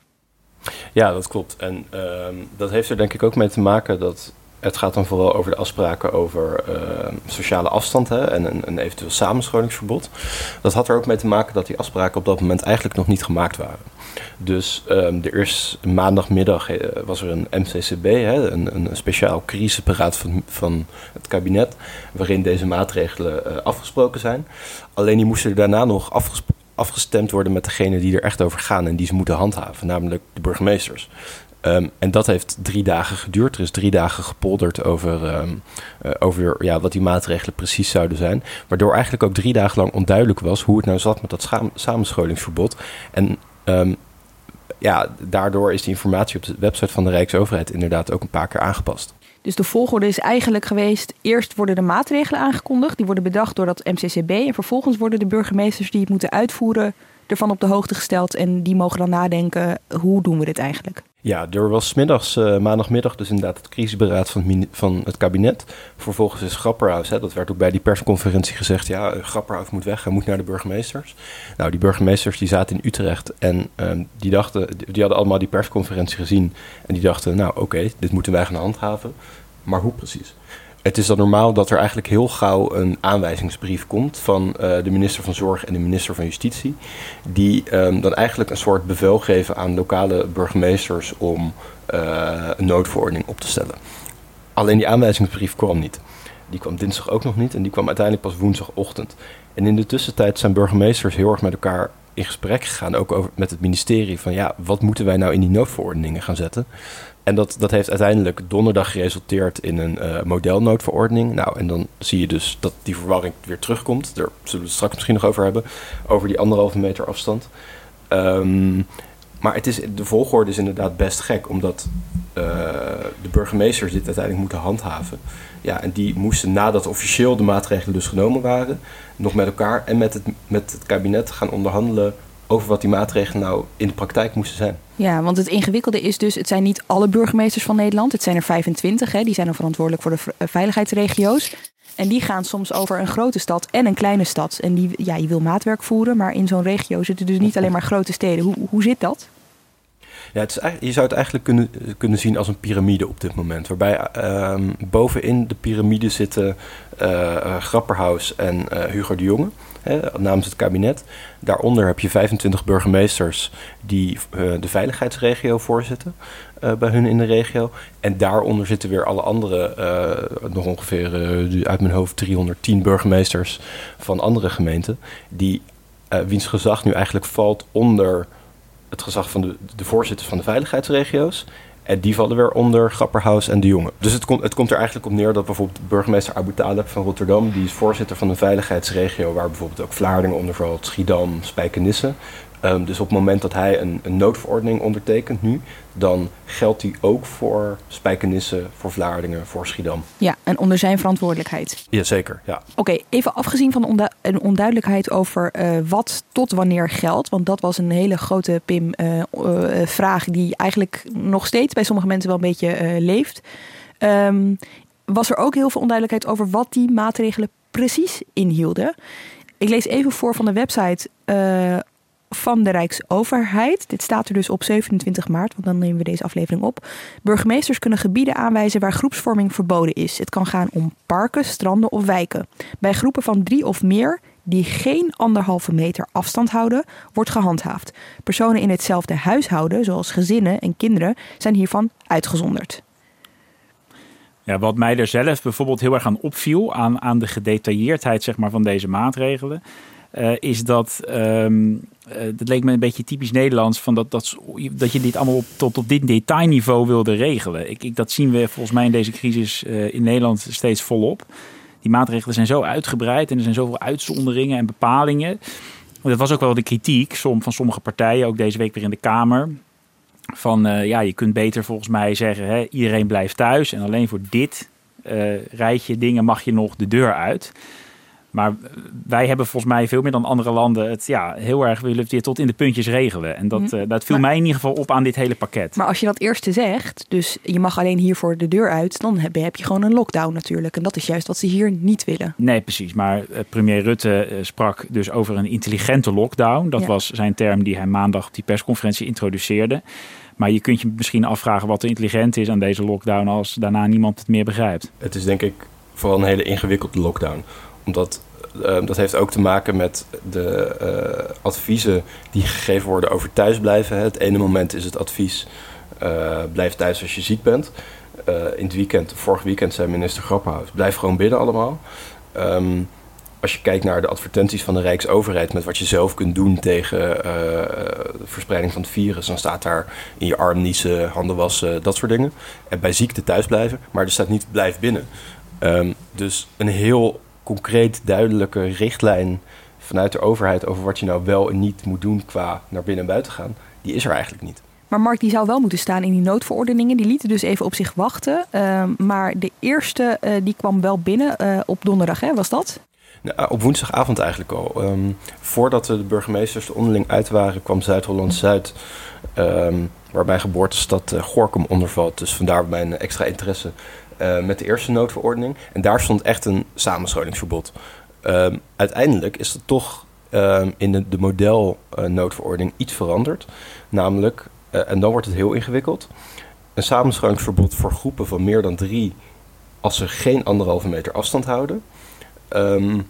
Ja, dat klopt. En uh, dat heeft er denk ik ook mee te maken dat het gaat dan vooral over de afspraken over uh, sociale afstand, hè, en een, een eventueel samenscholingsverbod. Dat had er ook mee te maken dat die afspraken op dat moment eigenlijk nog niet gemaakt waren. Dus um, er is maandagmiddag uh, was er een M C C B, hè, een, een speciaal crisisberaad van, van het kabinet, waarin deze maatregelen uh, afgesproken zijn. Alleen die moesten er daarna nog afgesproken afgestemd worden met degene die er echt over gaan en die ze moeten handhaven, namelijk de burgemeesters. Um, en dat heeft drie dagen geduurd. Er is drie dagen gepolderd over, um, uh, over ja, wat die maatregelen precies zouden zijn. Waardoor eigenlijk ook drie dagen lang onduidelijk was hoe het nou zat met dat scha- samenscholingsverbod. En um, ja, daardoor is die informatie op de website van de Rijksoverheid inderdaad ook een paar keer aangepast. Dus de volgorde is eigenlijk geweest, eerst worden de maatregelen aangekondigd. Die worden bedacht door dat M C C B. En vervolgens worden de burgemeesters die het moeten uitvoeren ervan op de hoogte gesteld. En die mogen dan nadenken, hoe doen we dit eigenlijk? Ja, er was 's middags, uh, maandagmiddag dus inderdaad het crisisberaad van het, mini- van het kabinet. Vervolgens is Grapperhaus, hè, dat werd ook bij die persconferentie gezegd, ja, uh, Grapperhaus moet weg, hij moet naar de burgemeesters. Nou, die burgemeesters die zaten in Utrecht en um, die dachten, die hadden allemaal die persconferentie gezien. En die dachten, nou oké, okay, dit moeten wij gaan handhaven. Maar hoe precies? Het is dan normaal dat er eigenlijk heel gauw een aanwijzingsbrief komt van uh, de minister van Zorg en de minister van Justitie. Die um, dan eigenlijk een soort bevel geven aan lokale burgemeesters om uh, een noodverordening op te stellen. Alleen die aanwijzingsbrief kwam niet. Die kwam dinsdag ook nog niet en die kwam uiteindelijk pas woensdagochtend. En in de tussentijd zijn burgemeesters heel erg met elkaar in gesprek gegaan, ook over, met het ministerie, van ja, wat moeten wij nou in die noodverordeningen gaan zetten? En dat, dat heeft uiteindelijk donderdag geresulteerd in een uh, modelnoodverordening. Nou, en dan zie je dus dat die verwarring weer terugkomt. Daar zullen we het straks misschien nog over hebben, over die anderhalve meter afstand. Um, maar het is, de volgorde is inderdaad best gek, omdat uh, de burgemeesters dit uiteindelijk moeten handhaven. Ja, en die moesten nadat officieel de maatregelen dus genomen waren, nog met elkaar en met het, met het kabinet gaan onderhandelen over wat die maatregelen nou in de praktijk moesten zijn. Ja, want het ingewikkelde is dus, het zijn niet alle burgemeesters van Nederland. Het zijn er vijfentwintig, hè, die zijn dan verantwoordelijk voor de v- veiligheidsregio's. En die gaan soms over een grote stad en een kleine stad. En die, ja, je wil maatwerk voeren, maar in zo'n regio zitten dus niet alleen maar grote steden. Hoe, hoe zit dat? Ja, het is eigenlijk, je zou het eigenlijk kunnen, kunnen zien als een piramide op dit moment. Waarbij uh, bovenin de piramide zitten uh, uh, Grapperhaus en uh, Hugo de Jonge, hè, namens het kabinet. Daaronder heb je vijfentwintig burgemeesters die uh, de veiligheidsregio voorzitten uh, bij hun in de regio. En daaronder zitten weer alle andere, uh, nog ongeveer uh, uit mijn hoofd driehonderdtien burgemeesters van andere gemeenten. Die, uh, wiens gezag nu eigenlijk valt onder het gezag van de, de voorzitters van de veiligheidsregio's. En die vallen weer onder Grapperhaus en de Jonge. Dus het, kom, het komt er eigenlijk op neer dat bijvoorbeeld burgemeester Abu Taleb van Rotterdam, die is voorzitter van een veiligheidsregio waar bijvoorbeeld ook Vlaardingen onder valt, Schiedam, Spijkenisse. Um, dus op het moment dat hij een, een noodverordening ondertekent nu, dan geldt die ook voor Spijkenisse, voor Vlaardingen, voor Schiedam. Ja, en onder zijn verantwoordelijkheid. Jazeker, ja. Oké, okay, even afgezien van ondu- een onduidelijkheid over uh, wat tot wanneer geldt. Want dat was een hele grote, Pim, uh, uh, vraag die eigenlijk nog steeds bij sommige mensen wel een beetje uh, leeft. Um, was er ook heel veel onduidelijkheid over wat die maatregelen precies inhielden. Ik lees even voor van de website uh, van de Rijksoverheid. Dit staat er dus op zevenentwintig maart, want dan nemen we deze aflevering op. Burgemeesters kunnen gebieden aanwijzen waar groepsvorming verboden is. Het kan gaan om parken, stranden of wijken. Bij groepen van drie of meer die geen anderhalve meter afstand houden, wordt gehandhaafd. Personen in hetzelfde huishouden, zoals gezinnen en kinderen, zijn hiervan uitgezonderd. Ja, wat mij er zelf bijvoorbeeld heel erg aan opviel, aan, aan de gedetailleerdheid zeg maar, van deze maatregelen, uh, is dat, um, uh, dat leek me een beetje typisch Nederlands, van dat, dat, dat je dit allemaal op, tot op dit detailniveau wilde regelen. Ik, ik, dat zien we volgens mij in deze crisis uh, in Nederland steeds volop. Die maatregelen zijn zo uitgebreid en er zijn zoveel uitzonderingen en bepalingen. Dat was ook wel de kritiek van sommige partijen, ook deze week weer in de Kamer. Van uh, ja, je kunt beter volgens mij zeggen, hè, iedereen blijft thuis en alleen voor dit uh, rijtje dingen mag je nog de deur uit. Maar wij hebben volgens mij veel meer dan andere landen het ja, heel erg willen weer tot in de puntjes regelen. En dat, uh, dat viel maar, mij in ieder geval op aan dit hele pakket. Maar als je dat eerste zegt, dus je mag alleen hier voor de deur uit, dan heb je, heb je gewoon een lockdown natuurlijk. En dat is juist wat ze hier niet willen. Nee, precies. Maar uh, premier Rutte uh, sprak dus over een intelligente lockdown. Dat ja. was zijn term die hij maandag op die persconferentie introduceerde. Maar je kunt je misschien afvragen wat er intelligent is aan deze lockdown als daarna niemand het meer begrijpt. Het is denk ik vooral een hele ingewikkelde lockdown. Omdat uh, dat heeft ook te maken met de uh, adviezen die gegeven worden over thuisblijven. Het ene moment is het advies, uh, blijf thuis als je ziek bent. Uh, in het weekend, vorig weekend zei minister Grapperhaus, blijf gewoon binnen allemaal. Um, Als je kijkt naar de advertenties van de Rijksoverheid met wat je zelf kunt doen tegen uh, de verspreiding van het virus, dan staat daar in je arm niezen, handen wassen, dat soort dingen. En bij ziekte thuis blijven, maar er staat niet blijf binnen. Um, dus een heel concreet, duidelijke richtlijn vanuit de overheid over wat je nou wel en niet moet doen qua naar binnen en buiten gaan, die is er eigenlijk niet. Maar Mark, die zou wel moeten staan in die noodverordeningen. Die lieten dus even op zich wachten. Uh, maar de eerste uh, die kwam wel binnen uh, op donderdag, hè? Was dat? Nou, op woensdagavond eigenlijk al. Um, voordat de burgemeesters er onderling uit waren, kwam Zuid-Holland-Zuid, um, waar mijn geboortestad uh, Gorinchem onder valt. Dus vandaar mijn extra interesse uh, met de eerste noodverordening. En daar stond echt een samenscholingsverbod. Um, uiteindelijk is er toch um, in de, de modelnoodverordening uh, iets veranderd. Namelijk, uh, en dan wordt het heel ingewikkeld, een samenscholingsverbod voor groepen van meer dan drie als ze geen anderhalve meter afstand houden. Um,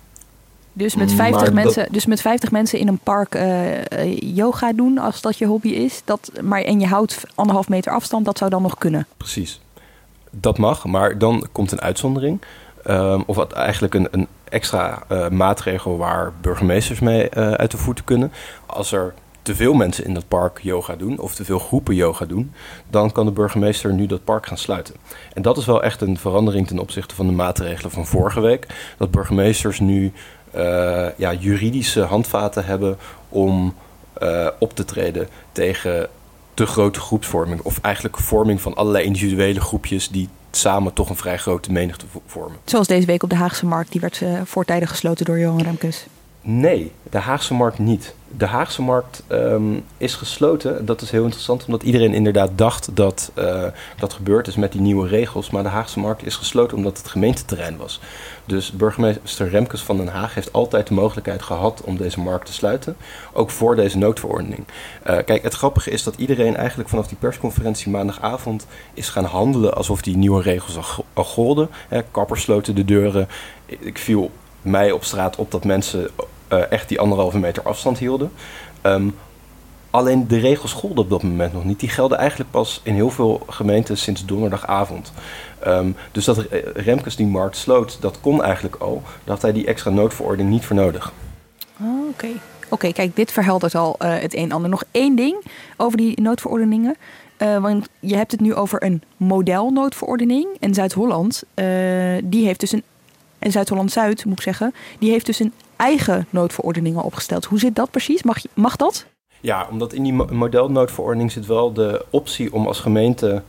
dus, met vijftig mensen, dat, dus met vijftig mensen in een park uh, yoga doen, als dat je hobby is. Dat, maar, en je houdt anderhalf meter afstand, dat zou dan nog kunnen. Precies. Dat mag, maar dan komt een uitzondering. Um, of wat eigenlijk een, een extra uh, maatregel waar burgemeesters mee uh, uit de voeten kunnen. Als er te veel mensen in dat park yoga doen of te veel groepen yoga doen, dan kan de burgemeester nu dat park gaan sluiten. En dat is wel echt een verandering ten opzichte van de maatregelen van vorige week. Dat burgemeesters nu uh, ja, juridische handvaten hebben om uh, op te treden tegen te grote groepsvorming. Of eigenlijk vorming van allerlei individuele groepjes die samen toch een vrij grote menigte vormen. Zoals deze week op de Haagse Markt. Die werd uh, voortijdig gesloten door Johan Remkes. Nee, de Haagse Markt niet. De Haagse Markt um, is gesloten. Dat is heel interessant, omdat iedereen inderdaad dacht dat uh, dat gebeurd is met die nieuwe regels. Maar de Haagse Markt is gesloten omdat het gemeenteterrein was. Dus burgemeester Remkes van Den Haag heeft altijd de mogelijkheid gehad om deze markt te sluiten. Ook voor deze noodverordening. Uh, kijk, het grappige is dat iedereen eigenlijk vanaf die persconferentie maandagavond is gaan handelen alsof die nieuwe regels al, al golden. Hè, kappers sloten de deuren. Ik viel mij op straat op dat mensen uh, echt die anderhalve meter afstand hielden. Um, alleen de regels golden op dat moment nog niet. Die gelden eigenlijk pas in heel veel gemeenten sinds donderdagavond. Um, dus dat Remkes die markt sloot, dat kon eigenlijk al. Dat had hij die extra noodverordening niet voor nodig. Oh, Oké, okay. okay, kijk, dit verheldert al uh, het een en ander. Nog één ding over die noodverordeningen. Uh, want je hebt het nu over een modelnoodverordening. En Zuid-Holland, uh, die heeft dus een En Zuid-Holland-Zuid, moet ik zeggen, die heeft dus een eigen noodverordeningen opgesteld. Hoe zit dat precies? Mag, mag dat? Ja, omdat in die modelnoodverordening zit wel de optie om als gemeente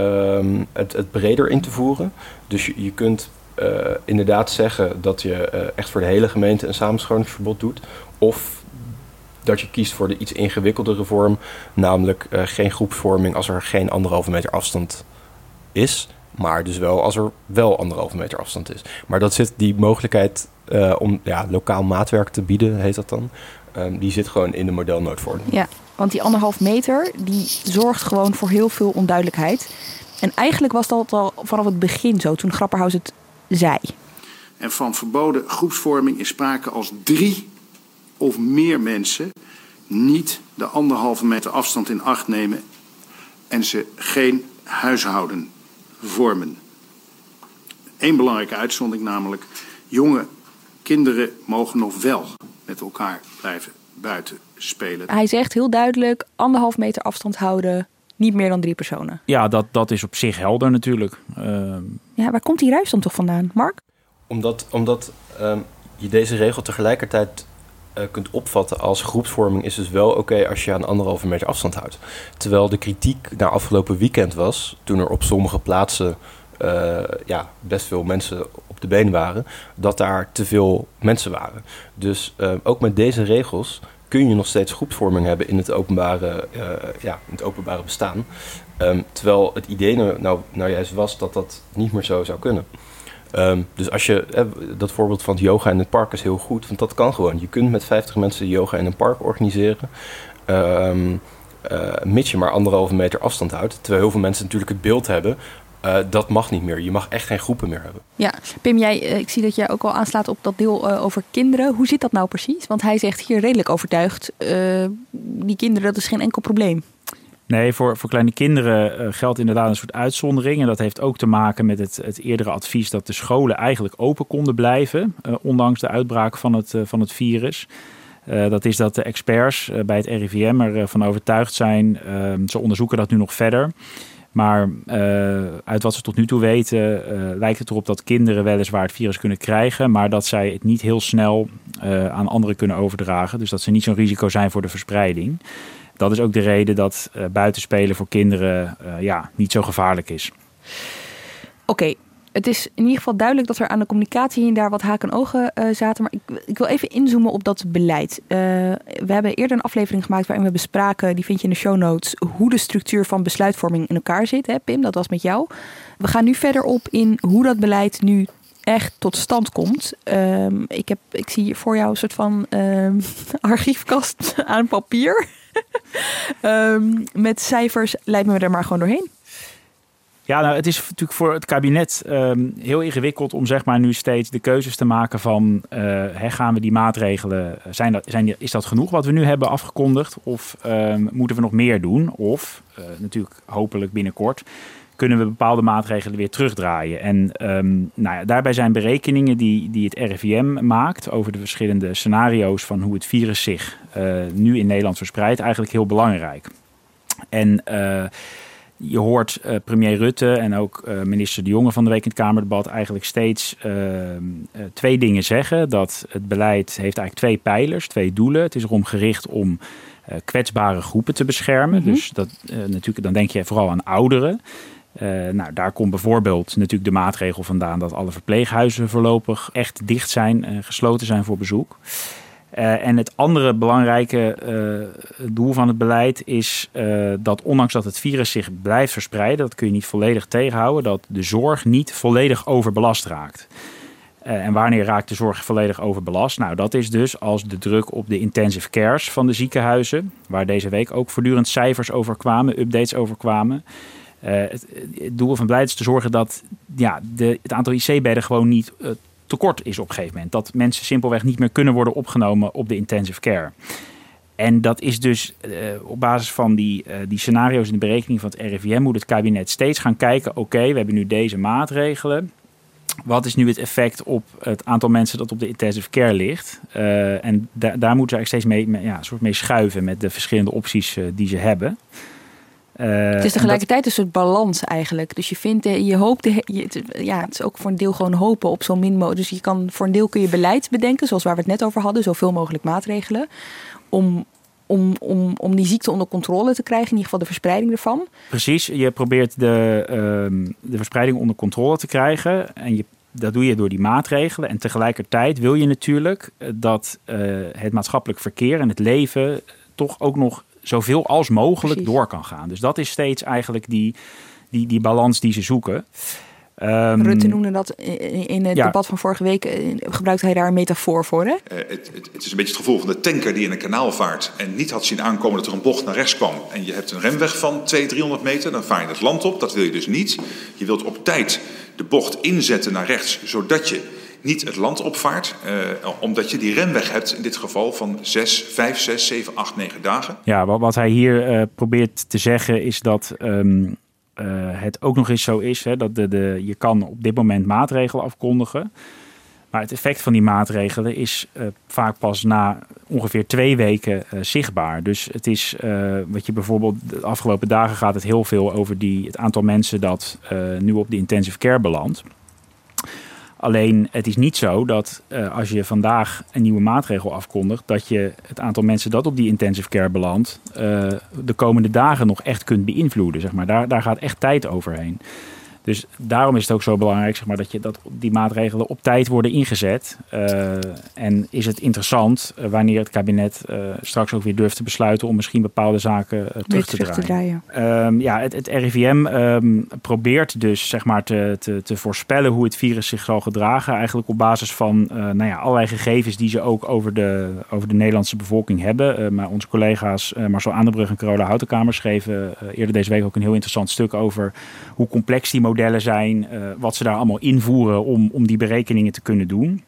um, het, het breder in te voeren. Dus je, je kunt uh, inderdaad zeggen dat je uh, echt voor de hele gemeente een samenscholingsverbod doet. Of dat je kiest voor de iets ingewikkeldere vorm, namelijk uh, geen groepsvorming als er geen anderhalve meter afstand is. Maar dus wel als er wel anderhalve meter afstand is. Maar dat zit, die mogelijkheid uh, om ja, lokaal maatwerk te bieden, heet dat dan. Um, die zit gewoon in de modelnoodverordening. Ja, want die anderhalf meter, die zorgt gewoon voor heel veel onduidelijkheid. En eigenlijk was dat al vanaf het begin zo, toen Grapperhaus het zei. En van verboden groepsvorming is sprake als drie of meer mensen niet de anderhalve meter afstand in acht nemen en ze geen huishouden vormen. Eén belangrijke uitzondering namelijk, jonge kinderen mogen nog wel met elkaar blijven buiten spelen. Hij zegt heel duidelijk, anderhalf meter afstand houden, niet meer dan drie personen. Ja, dat, dat is op zich helder natuurlijk. Uh... Ja, waar komt die ruis dan toch vandaan, Mark? Omdat, omdat um, je deze regel tegelijkertijd uh, kunt opvatten als groepsvorming is dus wel oké okay als je aan anderhalve meter afstand houdt. Terwijl de kritiek na afgelopen weekend was, toen er op sommige plaatsen uh, ja, best veel mensen op de been waren, dat daar te veel mensen waren. Dus uh, ook met deze regels kun je nog steeds groepsvorming hebben in het openbare, uh, ja, in het openbare bestaan. Um, terwijl het idee nou, nou, nou juist was dat dat niet meer zo zou kunnen. Um, dus als je, eh, dat voorbeeld van het yoga in het park is heel goed, want dat kan gewoon. Je kunt met vijftig mensen yoga in een park organiseren, um, uh, mits je maar anderhalve meter afstand houdt. Terwijl heel veel mensen natuurlijk het beeld hebben, uh, dat mag niet meer. Je mag echt geen groepen meer hebben. Ja, Pim, jij, ik zie dat jij ook al aanslaat op dat deel uh, over kinderen. Hoe zit dat nou precies? Want hij zegt hier redelijk overtuigd, uh, die kinderen, dat is geen enkel probleem. Nee, voor, voor kleine kinderen uh, geldt inderdaad een soort uitzondering. En dat heeft ook te maken met het, het eerdere advies dat de scholen eigenlijk open konden blijven, uh, ondanks de uitbraak van het, uh, van het virus. Uh, dat is dat de experts uh, bij het R I V M ervan uh, overtuigd zijn. Uh, ze onderzoeken dat nu nog verder. Maar uh, uit wat ze tot nu toe weten uh, lijkt het erop dat kinderen weliswaar het virus kunnen krijgen, maar dat zij het niet heel snel uh, aan anderen kunnen overdragen. Dus dat ze niet zo'n risico zijn voor de verspreiding. Dat is ook de reden dat uh, buitenspelen voor kinderen uh, ja, niet zo gevaarlijk is. Oké, okay. Het is in ieder geval duidelijk dat er aan de communicatie en daar wat haken en ogen uh, zaten. Maar ik, ik wil even inzoomen op dat beleid. Uh, we hebben eerder een aflevering gemaakt waarin we bespraken, die vind je in de show notes, hoe de structuur van besluitvorming in elkaar zit. Hè, Pim, dat was met jou. We gaan nu verder op in hoe dat beleid nu echt tot stand komt. Um, ik, heb, ik zie hier voor jou een soort van um, archiefkast aan papier. um, met cijfers, leid me er maar gewoon doorheen. Ja, nou, het is natuurlijk voor het kabinet um, heel ingewikkeld om zeg maar nu steeds de keuzes te maken van uh, hè, gaan we die maatregelen, zijn dat, zijn, is dat genoeg wat we nu hebben afgekondigd of um, moeten we nog meer doen? Of uh, natuurlijk hopelijk binnenkort kunnen we bepaalde maatregelen weer terugdraaien. En um, nou ja, daarbij zijn berekeningen die, die het R I V M maakt over de verschillende scenario's van hoe het virus zich uh, nu in Nederland verspreidt eigenlijk heel belangrijk. En uh, je hoort uh, premier Rutte en ook uh, minister De Jonge van de week in het Kamerdebat eigenlijk steeds uh, uh, twee dingen zeggen. Dat het beleid heeft eigenlijk twee pijlers, twee doelen. Het is erom gericht om uh, kwetsbare groepen te beschermen. Mm-hmm. Dus dat, uh, natuurlijk, dan denk je vooral aan ouderen. Uh, nou, daar komt bijvoorbeeld natuurlijk de maatregel vandaan dat alle verpleeghuizen voorlopig echt dicht zijn en uh, gesloten zijn voor bezoek. Uh, en het andere belangrijke uh, doel van het beleid is uh, dat ondanks dat het virus zich blijft verspreiden, dat kun je niet volledig tegenhouden, dat de zorg niet volledig overbelast raakt. Uh, en wanneer raakt de zorg volledig overbelast? Nou, dat is dus als de druk op de intensive cares van de ziekenhuizen, waar deze week ook voortdurend cijfers over kwamen, updates over kwamen. Uh, het, het doel van het beleid is te zorgen dat ja, de, het aantal I C-bedden gewoon niet uh, tekort is op een gegeven moment. Dat mensen simpelweg niet meer kunnen worden opgenomen op de intensive care. En dat is dus uh, op basis van die, uh, die scenario's en de berekening van het R I V M moet het kabinet steeds gaan kijken, oké, okay, we hebben nu deze maatregelen. Wat is nu het effect op het aantal mensen dat op de intensive care ligt? Uh, en da- daar moeten ze eigenlijk steeds mee, mee, ja, soort mee schuiven met de verschillende opties uh, die ze hebben. Uh, het is tegelijkertijd dat, een soort balans eigenlijk. Dus je vindt, je hoopt, je, het, ja, het is ook voor een deel gewoon hopen op zo min mogelijk. Dus je kan voor een deel kun je beleid bedenken, zoals waar we het net over hadden, zoveel mogelijk maatregelen, om, om, om, om die ziekte onder controle te krijgen, in ieder geval de verspreiding ervan. Precies, je probeert de, uh, de verspreiding onder controle te krijgen en je, dat doe je door die maatregelen. En tegelijkertijd wil je natuurlijk dat uh, het maatschappelijk verkeer en het leven toch ook nog zoveel als mogelijk Precies. door kan gaan. Dus dat is steeds eigenlijk die, die, die balans die ze zoeken. Um, Rutte noemde dat in, in het ja. debat van vorige week, gebruikte hij daar een metafoor voor, hè? Uh, het, het, het is een beetje het gevoel van de tanker die in een kanaal vaart en niet had zien aankomen dat er een bocht naar rechts kwam. En je hebt een remweg van tweehonderd, driehonderd meter, dan vaar je het land op. Dat wil je dus niet. Je wilt op tijd de bocht inzetten naar rechts, zodat je niet het land opvaart, uh, omdat je die remweg hebt, in dit geval van zes, vijf, zes, zeven, acht, negen dagen. Ja, wat, wat hij hier uh, probeert te zeggen is dat um, uh, het ook nog eens zo is, hè, dat de, de, je kan op dit moment maatregelen afkondigen. Maar het effect van die maatregelen is uh, vaak pas na ongeveer twee weken uh, zichtbaar. Dus het is uh, wat je bijvoorbeeld de afgelopen dagen gaat het heel veel over die, het aantal mensen dat uh, nu op de intensive care belandt. Alleen het is niet zo dat uh, als je vandaag een nieuwe maatregel afkondigt, dat je het aantal mensen dat op die intensive care belandt uh, de komende dagen nog echt kunt beïnvloeden. Zeg maar. Daar, daar gaat echt tijd overheen. Dus daarom is het ook zo belangrijk, zeg maar, dat, je, dat die maatregelen op tijd worden ingezet. Uh, en is het interessant uh, wanneer het kabinet uh, straks ook weer durft te besluiten om misschien bepaalde zaken uh, terug, te, terug draaien. te draaien. Um, ja, het, het R I V M um, probeert dus zeg maar, te, te, te voorspellen hoe het virus zich zal gedragen. Eigenlijk op basis van uh, nou ja, allerlei gegevens die ze ook over de, over de Nederlandse bevolking hebben. Uh, maar onze collega's uh, Marcel Aandebrug en Carola Houtenkamer schreven uh, eerder deze week ook een heel interessant stuk over hoe complex die modellen zijn, uh, wat ze daar allemaal invoeren om, om die berekeningen te kunnen doen.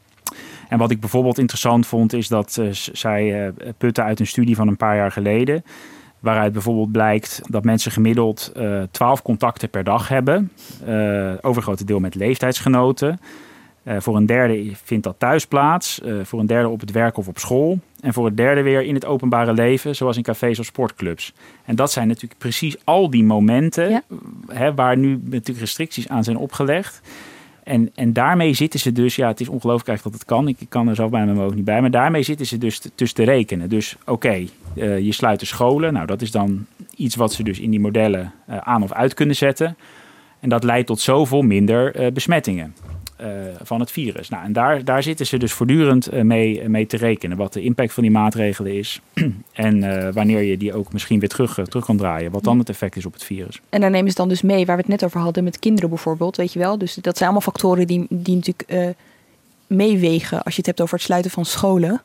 En wat ik bijvoorbeeld interessant vond, is dat uh, zij uh, putten uit een studie van een paar jaar geleden, waaruit bijvoorbeeld blijkt dat mensen gemiddeld uh, twaalf contacten per dag hebben, uh, overgrote deel met leeftijdsgenoten. Uh, voor een derde vindt dat thuis plaats, uh, voor een derde op het werk of op school. En voor het derde weer in het openbare leven, zoals in cafés of sportclubs. En dat zijn natuurlijk precies al die momenten ja. hè, waar nu natuurlijk restricties aan zijn opgelegd. En, en daarmee zitten ze dus, ja, het is ongelooflijk eigenlijk dat het kan. Ik, ik kan er zelf bij mijn ogen niet bij. Maar daarmee zitten ze dus tussen te rekenen. Dus oké, okay, uh, je sluit de scholen. Nou, dat is dan iets wat ze dus in die modellen uh, aan of uit kunnen zetten. En dat leidt tot zoveel minder uh, besmettingen. Uh, van het virus. Nou, en daar, daar zitten ze dus voortdurend uh, mee, mee te rekenen. Wat de impact van die maatregelen is. en uh, wanneer je die ook misschien weer terug, uh, terug kan draaien. Wat dan het effect is op het virus. En daar nemen ze dan dus mee, waar we het net over hadden met kinderen bijvoorbeeld. Weet je wel? Dus dat zijn allemaal factoren die, die natuurlijk uh, meewegen als je het hebt over het sluiten van scholen.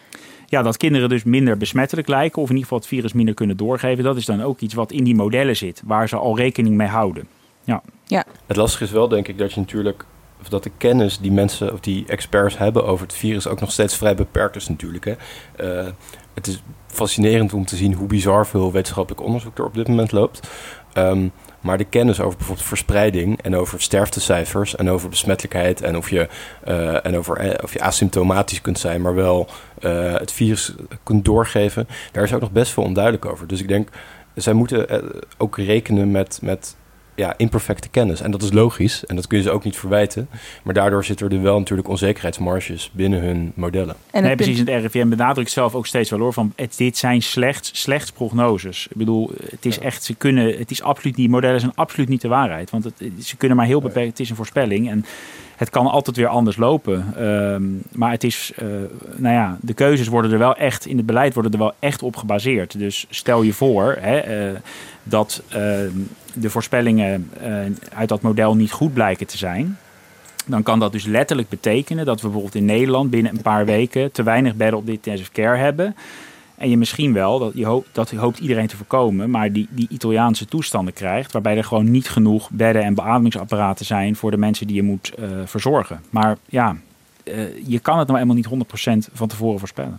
Ja, dat kinderen dus minder besmettelijk lijken. Of in ieder geval het virus minder kunnen doorgeven. Dat is dan ook iets wat in die modellen zit. Waar ze al rekening mee houden. Ja. Ja. Het lastige is wel, denk ik, dat je natuurlijk of dat de kennis die mensen of die experts hebben over het virus ook nog steeds vrij beperkt is natuurlijk. Hè. Uh, het is fascinerend om te zien hoe bizar veel wetenschappelijk onderzoek er op dit moment loopt. Um, maar de kennis over bijvoorbeeld verspreiding en over sterftecijfers en over besmettelijkheid en of je, uh, en over, eh, of je asymptomatisch kunt zijn, maar wel uh, het virus kunt doorgeven, daar is ook nog best veel onduidelijk over. Dus ik denk, zij moeten uh, ook rekenen met, met ja, imperfecte kennis. En dat is logisch. En dat kun je ze ook niet verwijten. Maar daardoor zitten er wel natuurlijk onzekerheidsmarges binnen hun modellen. En nee, precies. Het R I V M benadrukt zelf ook steeds wel hoor. Van het, dit zijn slechts, slechts prognoses. Ik bedoel, het is ja. echt, ze kunnen, het is absoluut niet, modellen zijn absoluut niet de waarheid. Want het, ze kunnen maar heel beperkt, het is een voorspelling. En het kan altijd weer anders lopen. Um, maar het is, uh, nou ja, de keuzes worden er wel echt, in het beleid worden er wel echt op gebaseerd. Dus stel je voor hè, uh, dat uh, de voorspellingen uh, uit dat model niet goed blijken te zijn. Dan kan dat dus letterlijk betekenen dat we bijvoorbeeld in Nederland binnen een paar weken te weinig bedden op de intensive care hebben. En je misschien wel, dat, je hoopt, dat hoopt iedereen te voorkomen, maar die, die Italiaanse toestanden krijgt, waarbij er gewoon niet genoeg bedden en beademingsapparaten zijn voor de mensen die je moet uh, verzorgen. Maar ja, uh, je kan het nou eenmaal niet honderd procent van tevoren voorspellen.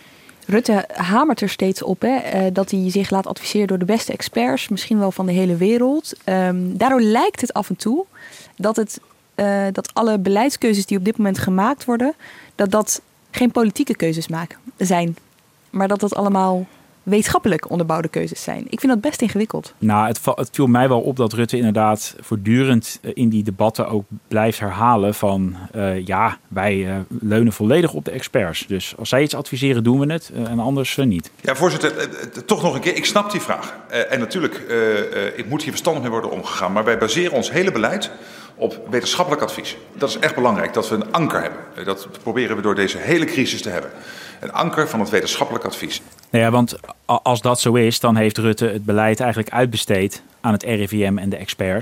Rutte hamert er steeds op hè, uh, dat hij zich laat adviseren door de beste experts, misschien wel van de hele wereld. Um, daardoor lijkt het af en toe dat, het, uh, dat alle beleidskeuzes die op dit moment gemaakt worden, dat dat geen politieke keuzes maken, zijn. Maar dat dat allemaal wetenschappelijk onderbouwde keuzes zijn. Ik vind dat best ingewikkeld. Nou, het, het viel mij wel op dat Rutte inderdaad voortdurend in die debatten ook blijft herhalen van Uh, ja, wij uh, leunen volledig op de experts. Dus als zij iets adviseren, doen we het uh, en anders uh, niet. Ja, voorzitter, uh, uh, toch nog een keer. Ik snap die vraag. Uh, en natuurlijk, uh, uh, ik moet hier verstandig mee worden omgegaan. Maar wij baseren ons hele beleid op wetenschappelijk advies. Dat is echt belangrijk, dat we een anker hebben. Uh, dat proberen we door deze hele crisis te hebben. Een anker van het wetenschappelijk advies. Nou ja, want als dat zo is, dan heeft Rutte het beleid eigenlijk uitbesteed aan het R I V M en de experts.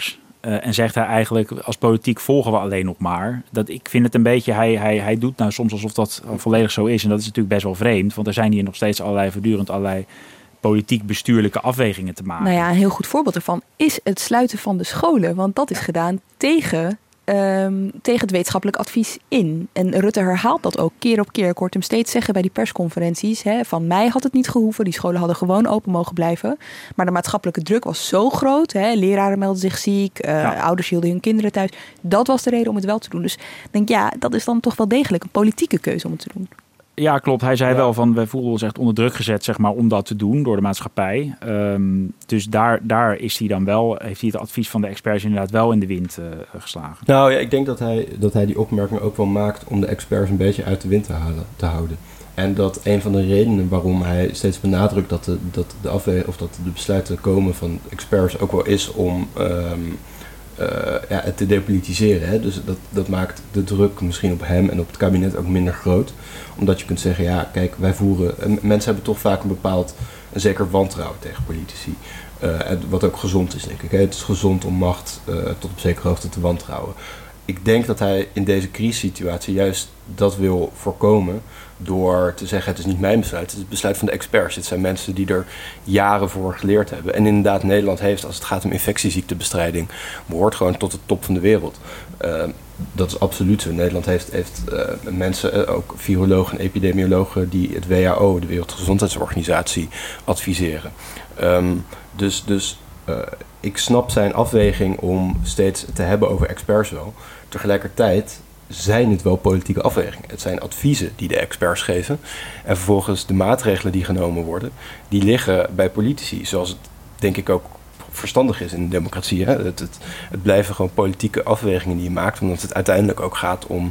Uh, en zegt hij eigenlijk, als politiek volgen we alleen nog maar. Dat, ik vind het een beetje, hij, hij, hij doet nou soms alsof dat volledig zo is. En dat is natuurlijk best wel vreemd. Want er zijn hier nog steeds allerlei, voortdurend allerlei politiek-bestuurlijke afwegingen te maken. Nou ja, een heel goed voorbeeld ervan is het sluiten van de scholen. Want dat is gedaan tegen... Um, tegen het wetenschappelijk advies in. En Rutte herhaalt dat ook keer op keer. Ik hoor hem steeds zeggen bij die persconferenties. Hè, van mij had het niet gehoeven. Die scholen hadden gewoon open mogen blijven. Maar de maatschappelijke druk was zo groot. Hè, leraren melden zich ziek. Uh, ja. Ouders hielden hun kinderen thuis. Dat was de reden om het wel te doen. Dus ik denk, ja, dat is dan toch wel degelijk een politieke keuze om het te doen. Ja, klopt. Hij zei ja. wel van, we voelen ons echt onder druk gezet, zeg maar, om dat te doen door de maatschappij. Um, dus daar, daar is hij dan wel, heeft hij het advies van de experts inderdaad wel in de wind uh, geslagen. Nou ja, ik denk dat hij, dat hij die opmerking ook wel maakt om de experts een beetje uit de wind te, halen, te houden. En dat een van de redenen waarom hij steeds benadrukt dat de, dat de, afwe- of dat de besluiten komen van experts ook wel is om um, uh, ja, het te depolitiseren. Hè? Dus dat, dat maakt de druk misschien op hem en op het kabinet ook minder groot. Omdat je kunt zeggen, ja, kijk, wij voeren... Mensen hebben toch vaak een bepaald, een zeker wantrouwen tegen politici. Uh, en wat ook gezond is, denk ik. Hè? Het is gezond om macht uh, tot op zekere hoogte te wantrouwen. Ik denk dat hij in deze crisissituatie juist dat wil voorkomen door te zeggen, het is niet mijn besluit, het is het besluit van de experts. Het zijn mensen die er jaren voor geleerd hebben. En inderdaad, Nederland heeft, als het gaat om infectieziektebestrijding, behoort gewoon tot de top van de wereld. Uh, dat is absoluut zo. Nederland heeft, heeft uh, mensen, uh, ook virologen en epidemiologen, die het W H O, de Wereldgezondheidsorganisatie, adviseren. Um, dus dus uh, ik snap zijn afweging om steeds te hebben over experts wel. Tegelijkertijd zijn het wel politieke afwegingen. Het zijn adviezen die de experts geven. En vervolgens de maatregelen die genomen worden, die liggen bij politici. Zoals het denk ik ook verstandig is in een democratie. Hè? Het, het, het blijven gewoon politieke afwegingen die je maakt. Omdat het uiteindelijk ook gaat om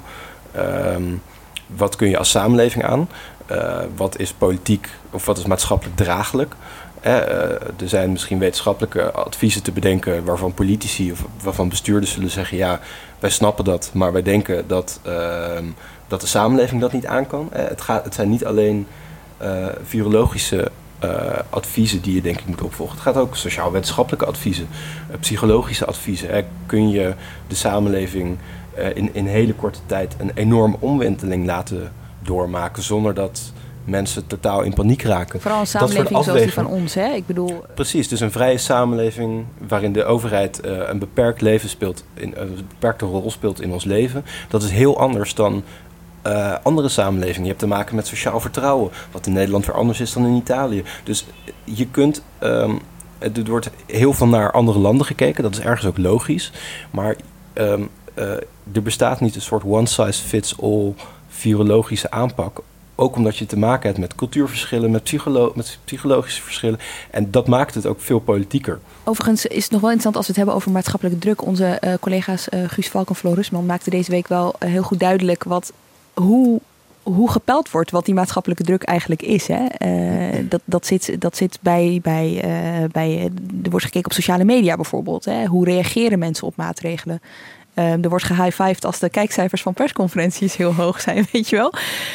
um, wat kun je als samenleving aan? Uh, wat is politiek of wat is maatschappelijk draaglijk? Uh, er zijn misschien wetenschappelijke adviezen te bedenken waarvan politici of waarvan bestuurders zullen zeggen, ja, wij snappen dat, maar wij denken dat, uh, dat de samenleving dat niet aan kan. Uh, het, gaat, het zijn niet alleen uh, virologische uh, adviezen die je denk ik moet opvolgen. Het gaat ook sociaal-wetenschappelijke adviezen, uh, psychologische adviezen. Uh, kun je de samenleving uh, in, in hele korte tijd een enorme omwenteling laten doormaken zonder dat mensen totaal in paniek raken. Vooral een samenleving zoals die van ons, hè? Ik bedoel... Precies, dus een vrije samenleving waarin de overheid uh, een beperkt leven speelt, in, een beperkte rol speelt in ons leven. Dat is heel anders dan uh, andere samenlevingen. Je hebt te maken met sociaal vertrouwen, wat in Nederland weer anders is dan in Italië. Dus je kunt... Um, er wordt heel veel naar andere landen gekeken, dat is ergens ook logisch. Maar um, uh, er bestaat niet een soort one-size-fits-all virologische aanpak. Ook omdat je te maken hebt met cultuurverschillen, met, psycholo- met psychologische verschillen. En dat maakt het ook veel politieker. Overigens is het nog wel interessant als we het hebben over maatschappelijke druk. Onze uh, collega's uh, Guus Valk en Floor Rusman maakten deze week wel uh, heel goed duidelijk wat, hoe, hoe gepeld wordt wat die maatschappelijke druk eigenlijk is. Hè? Uh, dat, dat zit, dat zit bij, bij, uh, bij... Er wordt gekeken op sociale media bijvoorbeeld. Hè? Hoe reageren mensen op maatregelen? Um, er wordt gehighfived als de kijkcijfers van persconferenties heel hoog zijn, weet je wel.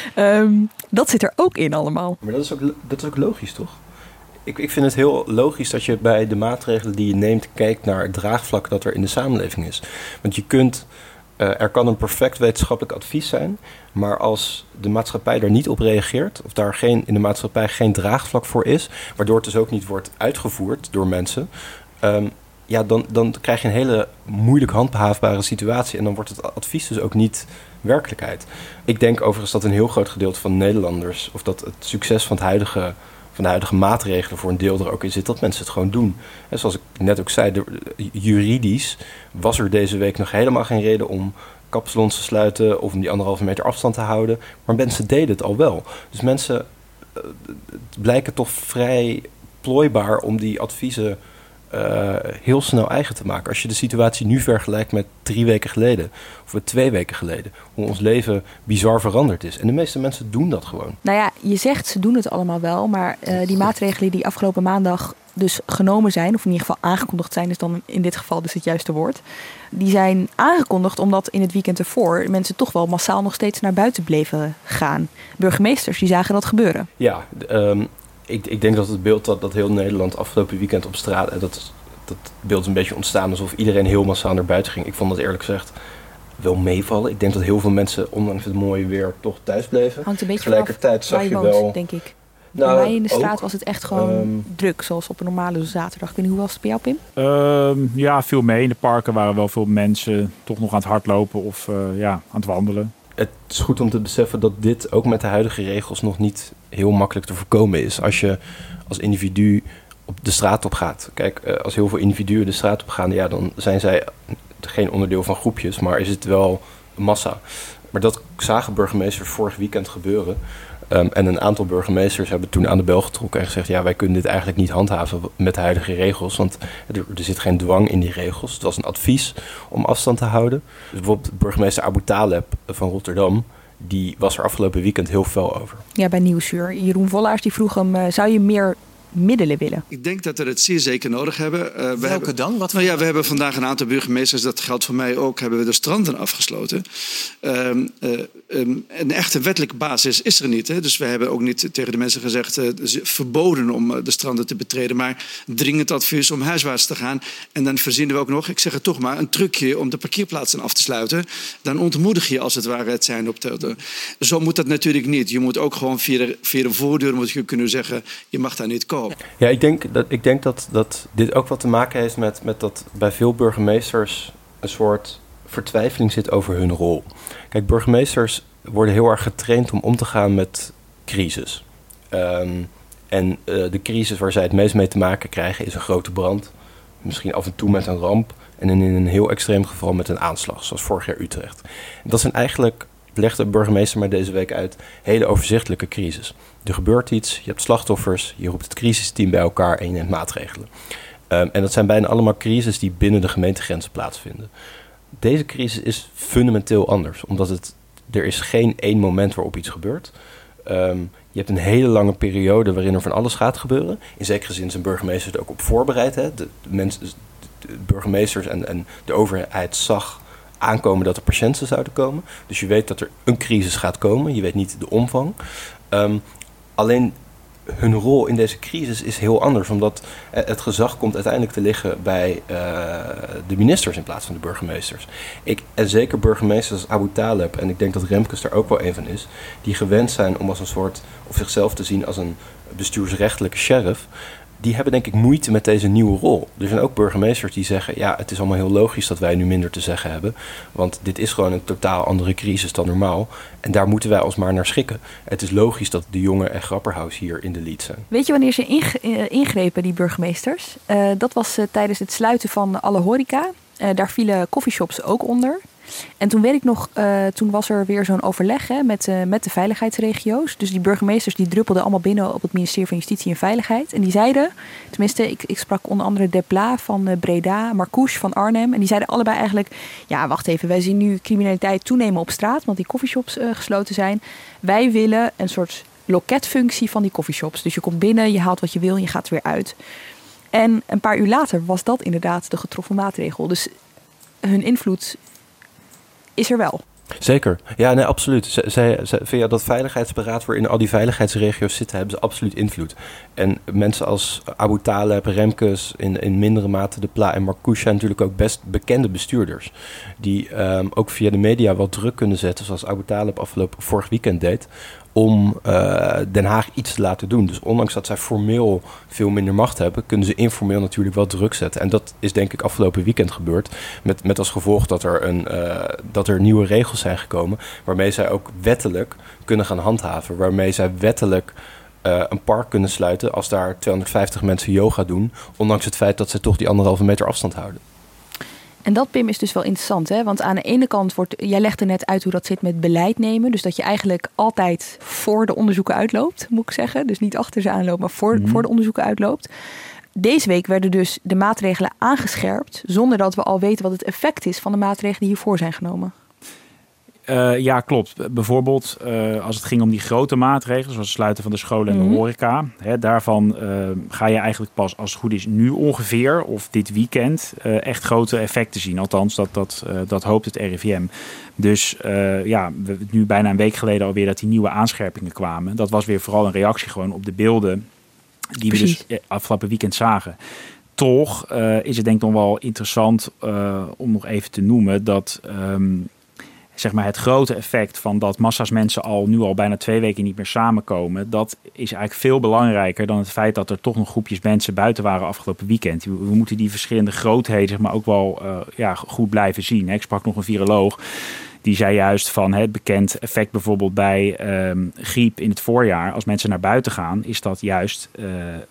Um, dat zit er ook in allemaal. Maar dat is ook, dat is ook logisch, toch? Ik, ik vind het heel logisch dat je bij de maatregelen die je neemt kijkt naar het draagvlak dat er in de samenleving is. Want je kunt, uh, er kan een perfect wetenschappelijk advies zijn, maar als de maatschappij daar niet op reageert, of daar geen, in de maatschappij geen draagvlak voor is, waardoor het dus ook niet wordt uitgevoerd door mensen, Um, ja, dan, dan krijg je een hele moeilijk handhaafbare situatie. En dan wordt het advies dus ook niet werkelijkheid. Ik denk overigens dat een heel groot gedeelte van Nederlanders, of dat het succes van, het huidige, van de huidige maatregelen voor een deel er ook in zit, dat mensen het gewoon doen. En zoals ik net ook zei, de, juridisch was er deze week nog helemaal geen reden om kapsalons te sluiten of om die anderhalve meter afstand te houden. Maar mensen deden het al wel. Dus mensen uh, blijken toch vrij plooibaar om die adviezen Uh, heel snel eigen te maken. Als je de situatie nu vergelijkt met drie weken geleden of met twee weken geleden, hoe ons leven bizar veranderd is. En de meeste mensen doen dat gewoon. Nou ja, je zegt ze doen het allemaal wel, maar uh, die maatregelen die afgelopen maandag dus genomen zijn, of in ieder geval aangekondigd zijn, is dan in dit geval dus het juiste woord. Die zijn aangekondigd omdat in het weekend ervoor mensen toch wel massaal nog steeds naar buiten bleven gaan. Burgemeesters die zagen dat gebeuren. Ja, um, Ik, ik denk dat het beeld dat, dat heel Nederland afgelopen weekend op straat, dat, dat beeld is een beetje ontstaan alsof iedereen heel massaal naar buiten ging. Ik vond dat eerlijk gezegd wel meevallen. Ik denk dat heel veel mensen, ondanks het mooie weer, toch thuis bleven. Hangt een beetje Tegelijkertijd vanaf zag waar je je woont, wel, denk ik. Nou, bij mij in de straat ook, was het echt gewoon um, druk, zoals op een normale zaterdag. Ik weet niet, hoe was het bij jou, Pim? Uh, ja, veel mee. In de parken waren wel veel mensen toch nog aan het hardlopen of uh, ja, aan het wandelen. Het is goed om te beseffen dat dit ook met de huidige regels nog niet heel makkelijk te voorkomen is. Als je als individu op de straat op gaat. Kijk, uh, als heel veel individuen de straat op gaan, ja, dan zijn zij geen onderdeel van groepjes, maar is het wel massa. Maar dat zagen burgemeesters vorig weekend gebeuren. Um, en een aantal burgemeesters hebben toen aan de bel getrokken en gezegd, ja, wij kunnen dit eigenlijk niet handhaven met de huidige regels, want er, er zit geen dwang in die regels. Het was een advies om afstand te houden. Dus bijvoorbeeld burgemeester Abu Taleb van Rotterdam, die was er afgelopen weekend heel fel over. Ja, bij Nieuwsuur. Jeroen Vollaars die vroeg hem, uh, zou je meer middelen willen? Ik denk dat we het zeer zeker nodig hebben. Uh, we Welke hebben, dan? Wat nou ja, we hebben vandaag een aantal burgemeesters, dat geldt voor mij ook, hebben we de stranden afgesloten. Um, uh, um, een echte wettelijke basis is er niet. Hè? Dus we hebben ook niet tegen de mensen gezegd, uh, verboden om uh, de stranden te betreden, maar dringend advies om huiswaarts te gaan. En dan verzinnen we ook nog, ik zeg het toch maar, een trucje om de parkeerplaatsen af te sluiten. Dan ontmoedig je als het ware het zijn op de, de. Zo moet dat natuurlijk niet. Je moet ook gewoon via de, via de voordeur moet je kunnen zeggen, je mag daar niet komen. Ja, ik denk dat, ik denk dat, dat dit ook wat te maken heeft met, met dat bij veel burgemeesters een soort vertwijfeling zit over hun rol. Kijk, burgemeesters worden heel erg getraind om om te gaan met crisis. Um, en uh, de crisis waar zij het meest mee te maken krijgen is een grote brand. Misschien af en toe met een ramp. En in een heel extreem geval met een aanslag, zoals vorig jaar Utrecht. En dat zijn eigenlijk, legde de burgemeester maar deze week uit, hele overzichtelijke crisis. Er gebeurt iets, je hebt slachtoffers, je roept het crisisteam bij elkaar en je neemt maatregelen. Um, en dat zijn bijna allemaal crises die binnen de gemeentegrenzen plaatsvinden. Deze crisis is fundamenteel anders, omdat het, er is geen één moment waarop iets gebeurt. Um, je hebt een hele lange periode waarin er van alles gaat gebeuren. In zekere zin zijn burgemeesters er ook op voorbereid. Hè? De, de, mensen, de burgemeesters en, en de overheid zag aankomen dat er patiënten zouden komen. Dus je weet dat er een crisis gaat komen. Je weet niet de omvang. Um, alleen hun rol in deze crisis is heel anders. Omdat het gezag komt uiteindelijk te liggen bij uh, de ministers in plaats van de burgemeesters. Ik, en zeker burgemeesters als Abu Taleb, en ik denk dat Remkes daar ook wel een van is, die gewend zijn om als een soort, of zichzelf te zien als een bestuursrechtelijke sheriff, die hebben denk ik moeite met deze nieuwe rol. Er zijn ook burgemeesters die zeggen, ja, het is allemaal heel logisch dat wij nu minder te zeggen hebben. Want dit is gewoon een totaal andere crisis dan normaal. En daar moeten wij alsmaar naar schikken. Het is logisch dat de Jonge en Grapperhaus hier in de lead zijn. Weet je wanneer ze inge- ingrepen, die burgemeesters? Uh, dat was uh, tijdens het sluiten van alle horeca. Uh, daar vielen coffeeshops ook onder. En toen weet ik nog, uh, toen was er weer zo'n overleg hè, met, uh, met de veiligheidsregio's. Dus die burgemeesters die druppelden allemaal binnen op het ministerie van Justitie en Veiligheid. En die zeiden, tenminste ik, ik sprak onder andere Depla van uh, Breda, Marcouch van Arnhem. En die zeiden allebei eigenlijk, ja wacht even, wij zien nu criminaliteit toenemen op straat, want die coffeeshops uh, gesloten zijn. Wij willen een soort loketfunctie van die coffeeshops. Dus je komt binnen, je haalt wat je wil en je gaat er weer uit. En een paar uur later was dat inderdaad de getroffen maatregel. Dus hun invloed is er wel. Zeker. Ja, nee, absoluut. Zij, zij, zij, via dat veiligheidsberaad waarin al die veiligheidsregio's zitten, hebben ze absoluut invloed. En mensen als Abu Taleb, Remkes, in, in mindere mate de Pla en Marcouch zijn natuurlijk ook best bekende bestuurders. Die um, ook via de media wel druk kunnen zetten, zoals Abu Taleb afgelopen vorig weekend deed, om uh, Den Haag iets te laten doen. Dus ondanks dat zij formeel veel minder macht hebben, kunnen ze informeel natuurlijk wel druk zetten. En dat is denk ik afgelopen weekend gebeurd. Met, met als gevolg dat er, een, uh, dat er nieuwe regels zijn gekomen, waarmee zij ook wettelijk kunnen gaan handhaven. Waarmee zij wettelijk uh, een park kunnen sluiten als daar tweehonderdvijftig mensen yoga doen, ondanks het feit dat ze toch die anderhalve meter afstand houden. En dat, Pim, is dus wel interessant. Hè? Want aan de ene kant wordt, jij legde net uit hoe dat zit met beleid nemen. Dus dat je eigenlijk altijd voor de onderzoeken uitloopt, moet ik zeggen. Dus niet achter ze aanloopt, maar voor, mm. voor de onderzoeken uitloopt. Deze week werden dus de maatregelen aangescherpt, zonder dat we al weten wat het effect is van de maatregelen die hiervoor zijn genomen. Uh, ja, klopt. Bijvoorbeeld uh, als het ging om die grote maatregelen, zoals het sluiten van de scholen en de mm-hmm. horeca. Hè, daarvan uh, ga je eigenlijk pas, als het goed is, nu ongeveer of dit weekend uh, echt grote effecten zien. Althans, dat, dat, uh, dat hoopt het R I V M. Dus uh, ja, we, nu bijna een week geleden alweer dat die nieuwe aanscherpingen kwamen. Dat was weer vooral een reactie gewoon op de beelden die Precies. we dus afgelopen weekend zagen. toch uh, is het denk ik nog wel interessant uh, om nog even te noemen dat um, zeg maar het grote effect van dat massa's mensen al nu al bijna twee weken niet meer samenkomen, dat is eigenlijk veel belangrijker dan het feit dat er toch nog groepjes mensen buiten waren afgelopen weekend. We, we moeten die verschillende grootheden zeg maar ook wel uh, ja, goed blijven zien. Hè. Ik sprak nog een viroloog. Die zei juist van het bekend effect bijvoorbeeld bij um, griep in het voorjaar. Als mensen naar buiten gaan, is dat juist uh,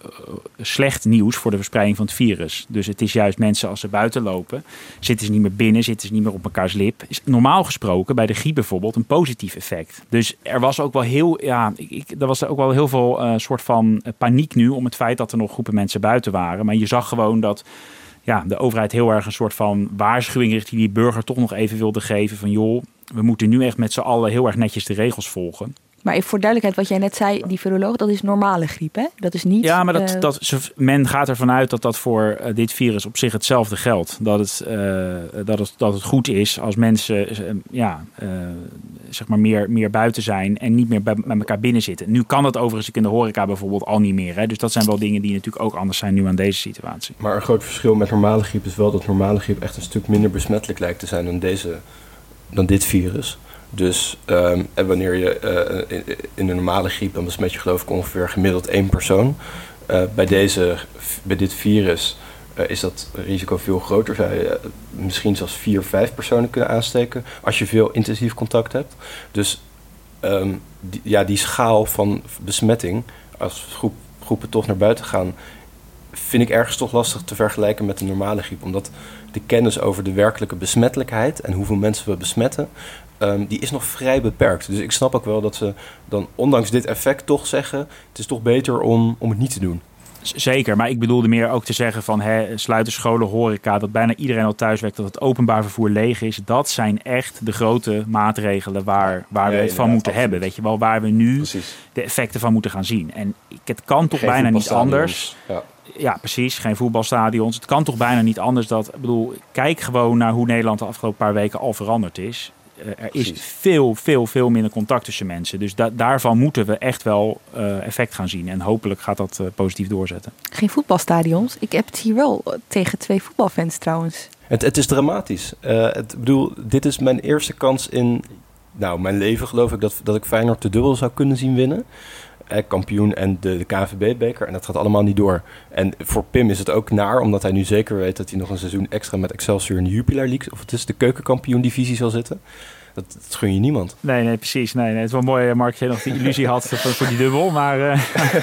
slecht nieuws voor de verspreiding van het virus. Dus het is juist mensen als ze buiten lopen, zitten ze niet meer binnen, zitten ze niet meer op mekaars lip. Is normaal gesproken bij de griep bijvoorbeeld een positief effect. Dus er was ook wel heel, ja, ik, er was ook wel heel veel uh, soort van paniek nu om het feit dat er nog groepen mensen buiten waren. Maar je zag gewoon dat ja, de overheid heel erg een soort van waarschuwing richting die burger toch nog even wilde geven van joh, we moeten nu echt met z'n allen heel erg netjes de regels volgen. Maar even voor duidelijkheid, wat jij net zei, die viroloog, dat is normale griep, hè? Dat is niet... Ja, maar dat, uh... dat, men gaat ervan uit dat dat voor uh, dit virus op zich hetzelfde geldt. Dat het, uh, dat het, dat het goed is als mensen uh, ja, uh, zeg maar meer, meer buiten zijn en niet meer bij, bij elkaar binnen zitten. Nu kan dat overigens in de horeca bijvoorbeeld al niet meer. Hè? Dus dat zijn wel dingen die natuurlijk ook anders zijn nu aan deze situatie. Maar een groot verschil met normale griep is wel dat normale griep echt een stuk minder besmettelijk lijkt te zijn dan, deze, dan dit virus. Dus um, en wanneer je uh, in, in de normale griep, dan besmet je geloof ik ongeveer gemiddeld één persoon. Uh, bij, deze, bij dit virus uh, is dat risico veel groter. Zou je uh, misschien zelfs vier, vijf personen kunnen aansteken als je veel intensief contact hebt. Dus um, die, ja, die schaal van besmetting, als groep, groepen toch naar buiten gaan, vind ik ergens toch lastig te vergelijken met de normale griep. Omdat de kennis over de werkelijke besmettelijkheid en hoeveel mensen we besmetten, Um, die is nog vrij beperkt. Dus ik snap ook wel dat ze dan ondanks dit effect toch zeggen, het is toch beter om, om het niet te doen. Zeker, maar ik bedoelde meer ook te zeggen van hè, sluiten scholen, horeca, dat bijna iedereen al thuis werkt, dat het openbaar vervoer leeg is. Dat zijn echt de grote maatregelen waar, waar nee, we het van moeten absoluut. hebben. Weet je wel, waar we nu precies. de effecten van moeten gaan zien. En het kan toch Geen bijna niet anders. Ja. Ja, precies. Geen voetbalstadions. Het kan toch bijna niet anders dat, ik bedoel, kijk gewoon naar hoe Nederland de afgelopen paar weken al veranderd is. Er is Precies. veel, veel, veel minder contact tussen mensen. Dus da- daarvan moeten we echt wel uh, effect gaan zien. En hopelijk gaat dat uh, positief doorzetten. Geen voetbalstadions. Ik heb het hier wel tegen twee voetbalfans trouwens. Het, het is dramatisch. Uh, het, bedoel, dit is mijn eerste kans in nou, mijn leven, geloof ik, dat, dat ik Feyenoord de dubbel zou kunnen zien winnen. Eh, kampioen en de, de K N V B-beker. En dat gaat allemaal niet door. En voor Pim is het ook naar, omdat hij nu zeker weet dat hij nog een seizoen extra met Excelsior in de Jupiler League, of het is de keukenkampioen-divisie zal zitten. Dat, dat gun je niemand. Nee, nee, precies. Nee, nee. Het is wel mooi, Mark, dat je nog die illusie had voor, voor die dubbel, maar... Uh...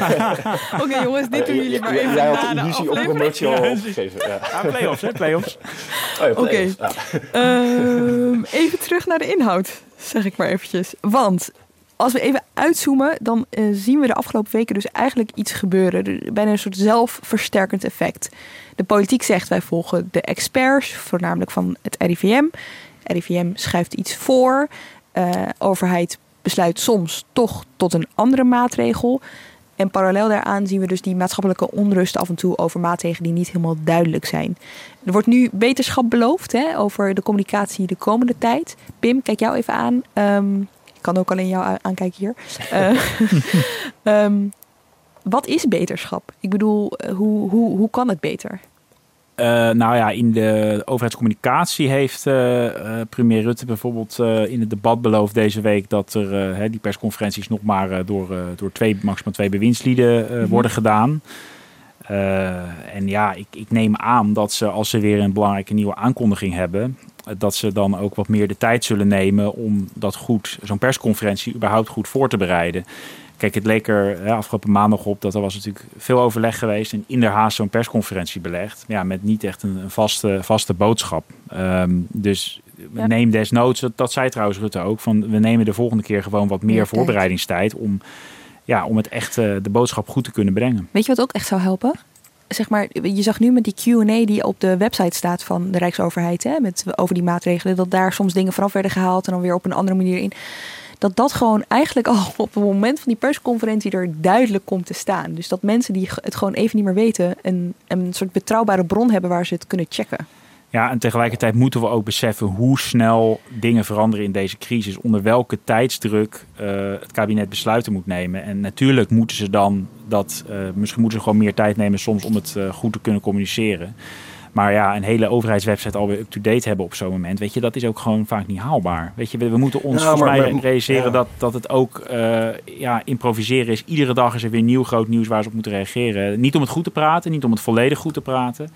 Oké okay, jongens, dit doen jullie maar even. Jij had de illusie op promotie al opgegeven. Ja. Ah, play-offs, hè? Play-offs. Oh ja, play-offs. Oké. Okay. Uh, even terug naar de inhoud, zeg ik maar eventjes. Want als we even uitzoomen, dan uh, zien we de afgelopen weken dus eigenlijk iets gebeuren. Bijna een soort zelfversterkend effect. De politiek zegt, wij volgen de experts, voornamelijk van het R I V M. R I V M schuift iets voor. Uh, overheid besluit soms toch tot een andere maatregel. En parallel daaraan zien we dus die maatschappelijke onrust af en toe over maatregelen die niet helemaal duidelijk zijn. Er wordt nu beterschap beloofd hè, over de communicatie de komende tijd. Pim, kijk jou even aan. Um, ik kan ook alleen jou aankijken hier. Uh, um, wat is beterschap? Ik bedoel, hoe, hoe, hoe kan het beter? Uh, nou ja, in de overheidscommunicatie heeft uh, uh, premier Rutte bijvoorbeeld uh, in het debat beloofd deze week dat er uh, die persconferenties nog maar uh, door, uh, door twee, maximaal twee bewindslieden uh, mm-hmm. worden gedaan. Uh, en ja, ik, ik neem aan dat ze, als ze weer een belangrijke nieuwe aankondiging hebben, dat ze dan ook wat meer de tijd zullen nemen om dat goed, zo'n persconferentie überhaupt goed voor te bereiden. Kijk, het leek er hè, afgelopen maandag op dat er was natuurlijk veel overleg geweest en in der haast zo'n persconferentie belegd. Ja, met niet echt een, een vaste, vaste boodschap. Um, dus ja. neem desnoods, dat, dat zei trouwens Rutte ook, van we nemen de volgende keer gewoon wat meer ja, voorbereidingstijd om, ja, om het echt uh, de boodschap goed te kunnen brengen. Weet je wat ook echt zou helpen? Zeg maar, je zag nu met die Q en A die op de website staat van de Rijksoverheid, hè, met, over die maatregelen, dat daar soms dingen vanaf werden gehaald en dan weer op een andere manier in. Dat dat gewoon eigenlijk al op het moment van die persconferentie er duidelijk komt te staan. Dus dat mensen die het gewoon even niet meer weten, een, een soort betrouwbare bron hebben waar ze het kunnen checken. Ja, en tegelijkertijd moeten we ook beseffen hoe snel dingen veranderen in deze crisis. Onder welke tijdsdruk uh, het kabinet besluiten moet nemen. En natuurlijk moeten ze dan dat, uh, misschien moeten ze gewoon meer tijd nemen soms om het uh, goed te kunnen communiceren. Maar ja, een hele overheidswebsite alweer up-to-date hebben op zo'n moment, weet je, dat is ook gewoon vaak niet haalbaar. Weet je, we, we moeten ons nou, volgens maar, mij realiseren ja. dat, dat het ook uh, ja, improviseren is. Iedere dag is er weer nieuw groot nieuws waar ze op moeten reageren. Niet om het goed te praten, niet om het volledig goed te praten.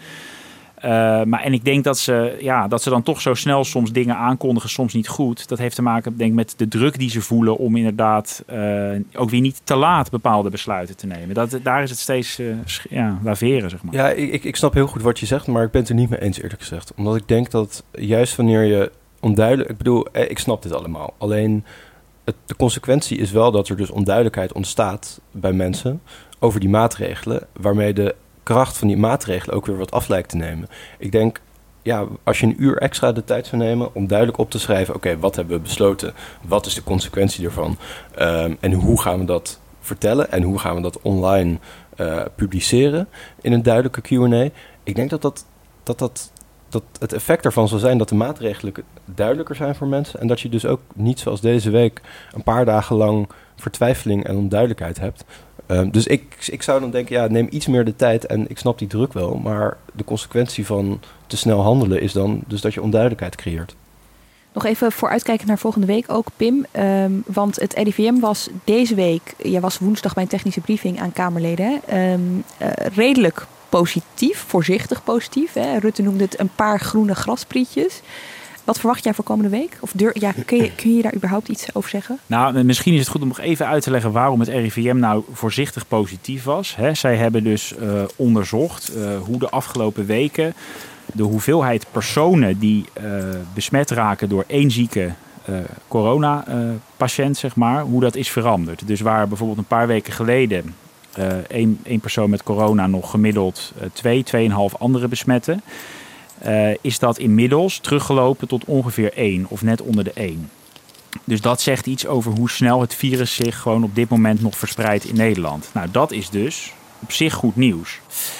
Uh, maar en ik denk dat ze, ja, dat ze dan toch zo snel soms dingen aankondigen, soms niet goed. Dat heeft te maken, denk ik, met de druk die ze voelen om inderdaad uh, ook weer niet te laat bepaalde besluiten te nemen. Dat, daar is het steeds uh, ja, laveren, zeg maar. Ja, ik, ik snap heel goed wat je zegt, maar ik ben het er niet mee eens, eerlijk gezegd. Omdat ik denk dat juist wanneer je onduidelijk... Ik bedoel, ik snap dit allemaal. Alleen het, de consequentie is wel dat er dus onduidelijkheid ontstaat bij mensen over die maatregelen, waarmee de kracht van die maatregelen ook weer wat af lijkt te nemen. Ik denk, ja, als je een uur extra de tijd zou nemen om duidelijk op te schrijven, oké, okay, wat hebben we besloten? Wat is de consequentie ervan? Um, en hoe gaan we dat vertellen? En hoe gaan we dat online uh, publiceren in een duidelijke Q en A? Ik denk dat dat, dat, dat, dat het effect ervan zal zijn dat de maatregelen duidelijker zijn voor mensen en dat je dus ook niet zoals deze week een paar dagen lang vertwijfeling en onduidelijkheid hebt. Um, dus ik, ik zou dan denken, ja, neem iets meer de tijd en ik snap die druk wel, maar de consequentie van te snel handelen is dan dus dat je onduidelijkheid creëert. Nog even vooruitkijken naar volgende week ook, Pim. Um, want het R I V M was deze week, jij was woensdag bij een technische briefing aan Kamerleden, um, uh, redelijk positief, voorzichtig positief. Hè? Rutte noemde het een paar groene grasprietjes. Wat verwacht jij voor komende week? Of deur, ja, kun, je, kun je daar überhaupt iets over zeggen? Nou, misschien is het goed om nog even uit te leggen waarom het R I V M nou voorzichtig positief was. He, zij hebben dus uh, onderzocht uh, hoe de afgelopen weken de hoeveelheid personen die uh, besmet raken door één zieke uh, corona-patiënt, uh, zeg maar, hoe dat is veranderd. Dus waar bijvoorbeeld een paar weken geleden uh, één, één persoon met corona nog gemiddeld uh, twee, tweeënhalf andere besmetten, Uh, is dat inmiddels teruggelopen tot ongeveer één of net onder de één. Dus dat zegt iets over hoe snel het virus zich gewoon op dit moment nog verspreidt in Nederland. Nou, dat is dus op zich goed nieuws.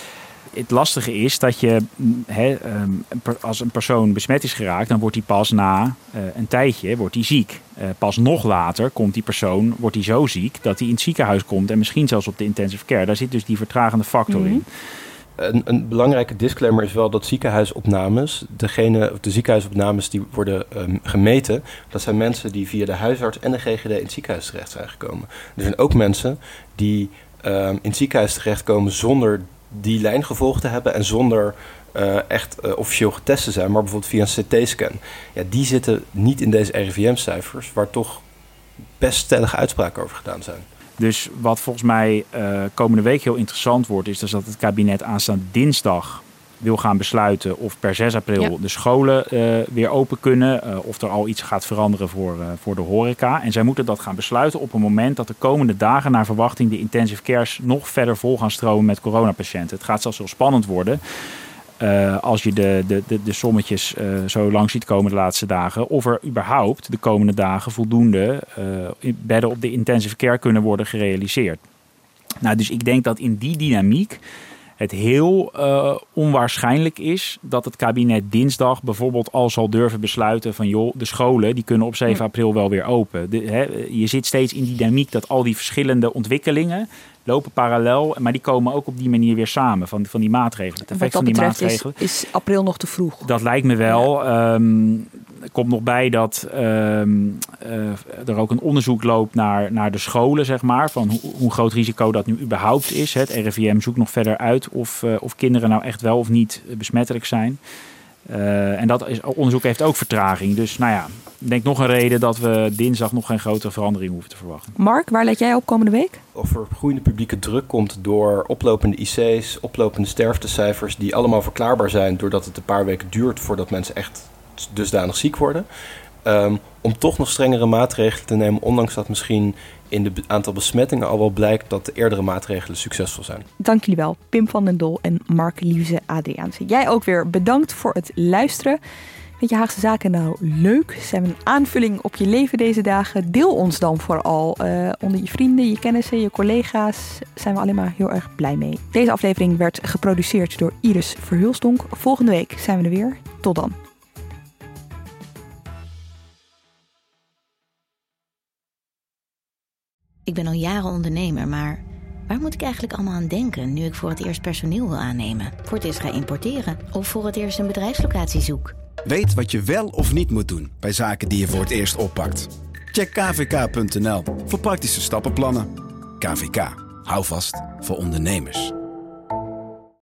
Het lastige is dat je, he, um, als een persoon besmet is geraakt, dan wordt hij pas na uh, een tijdje wordt hij ziek. Uh, pas nog later komt die persoon, wordt hij zo ziek dat hij in het ziekenhuis komt en misschien zelfs op de intensive care. Daar zit dus die vertragende factor mm-hmm. in. Een, een belangrijke disclaimer is wel dat ziekenhuisopnames, degene, de ziekenhuisopnames die worden um, gemeten, dat zijn mensen die via de huisarts en de G G D in het ziekenhuis terecht zijn gekomen. Er zijn ook mensen die um, in het ziekenhuis terechtkomen zonder die lijn gevolgd te hebben en zonder uh, echt uh, officieel getest te zijn, maar bijvoorbeeld via een C T-scan. Ja, die zitten niet in deze R I V M-cijfers, waar toch best stellige uitspraken over gedaan zijn. Dus wat volgens mij uh, komende week heel interessant wordt, is dus dat het kabinet aanstaande dinsdag wil gaan besluiten of per zes april ja. de scholen uh, weer open kunnen. Uh, of er al iets gaat veranderen voor, uh, voor de horeca. En zij moeten dat gaan besluiten op een moment dat de komende dagen naar verwachting de intensive cares nog verder vol gaan stromen met coronapatiënten. Het gaat zelfs heel spannend worden. Uh, als je de, de, de, de sommetjes uh, zo lang ziet komen de laatste dagen, of er überhaupt de komende dagen voldoende uh, bedden op de intensive care kunnen worden gerealiseerd. Nou, dus ik denk dat in die dynamiek het heel uh, onwaarschijnlijk is dat het kabinet dinsdag bijvoorbeeld al zal durven besluiten van joh, de scholen die kunnen op zeven april wel weer open. De, hè, je zit steeds in die dynamiek dat al die verschillende ontwikkelingen lopen parallel, maar die komen ook op die manier weer samen van, van die maatregelen. Het effect wat van dat die betreft maatregelen. Is, is april nog te vroeg? Dat lijkt me wel. Ja. Um, er komt nog bij dat um, uh, er ook een onderzoek loopt naar, naar de scholen, zeg maar, van hoe, hoe groot risico dat nu überhaupt is. Het R I V M zoekt nog verder uit of, uh, of kinderen nou echt wel of niet besmettelijk zijn. Uh, en dat is, onderzoek heeft ook vertraging. Dus nou ja, ik denk nog een reden dat we dinsdag nog geen grotere verandering hoeven te verwachten. Mark, waar let jij op komende week? Of er groeiende publieke druk komt door oplopende I C's, oplopende sterftecijfers, die allemaal verklaarbaar zijn doordat het een paar weken duurt voordat mensen echt dusdanig ziek worden. Um, om toch nog strengere maatregelen te nemen, ondanks dat misschien in het aantal besmettingen al wel blijkt dat de eerdere maatregelen succesvol zijn. Dank jullie wel, Pim van den Dol en Mark Liefse Adriaanse. Jij ook weer bedankt voor het luisteren. Vind je Haagse Zaken nou leuk? Zijn we een aanvulling op je leven deze dagen? Deel ons dan vooral uh, onder je vrienden, je kennissen, je collega's. Zijn we alleen maar heel erg blij mee. Deze aflevering werd geproduceerd door Iris Verhulsdonk. Volgende week zijn we er weer. Tot dan. Ik ben al jaren ondernemer, maar waar moet ik eigenlijk allemaal aan denken nu ik voor het eerst personeel wil aannemen, voor het eerst ga importeren of voor het eerst een bedrijfslocatie zoek? Weet wat je wel of niet moet doen bij zaken die je voor het eerst oppakt. Check k v k punt n l voor praktische stappenplannen. K V K, hou vast voor ondernemers.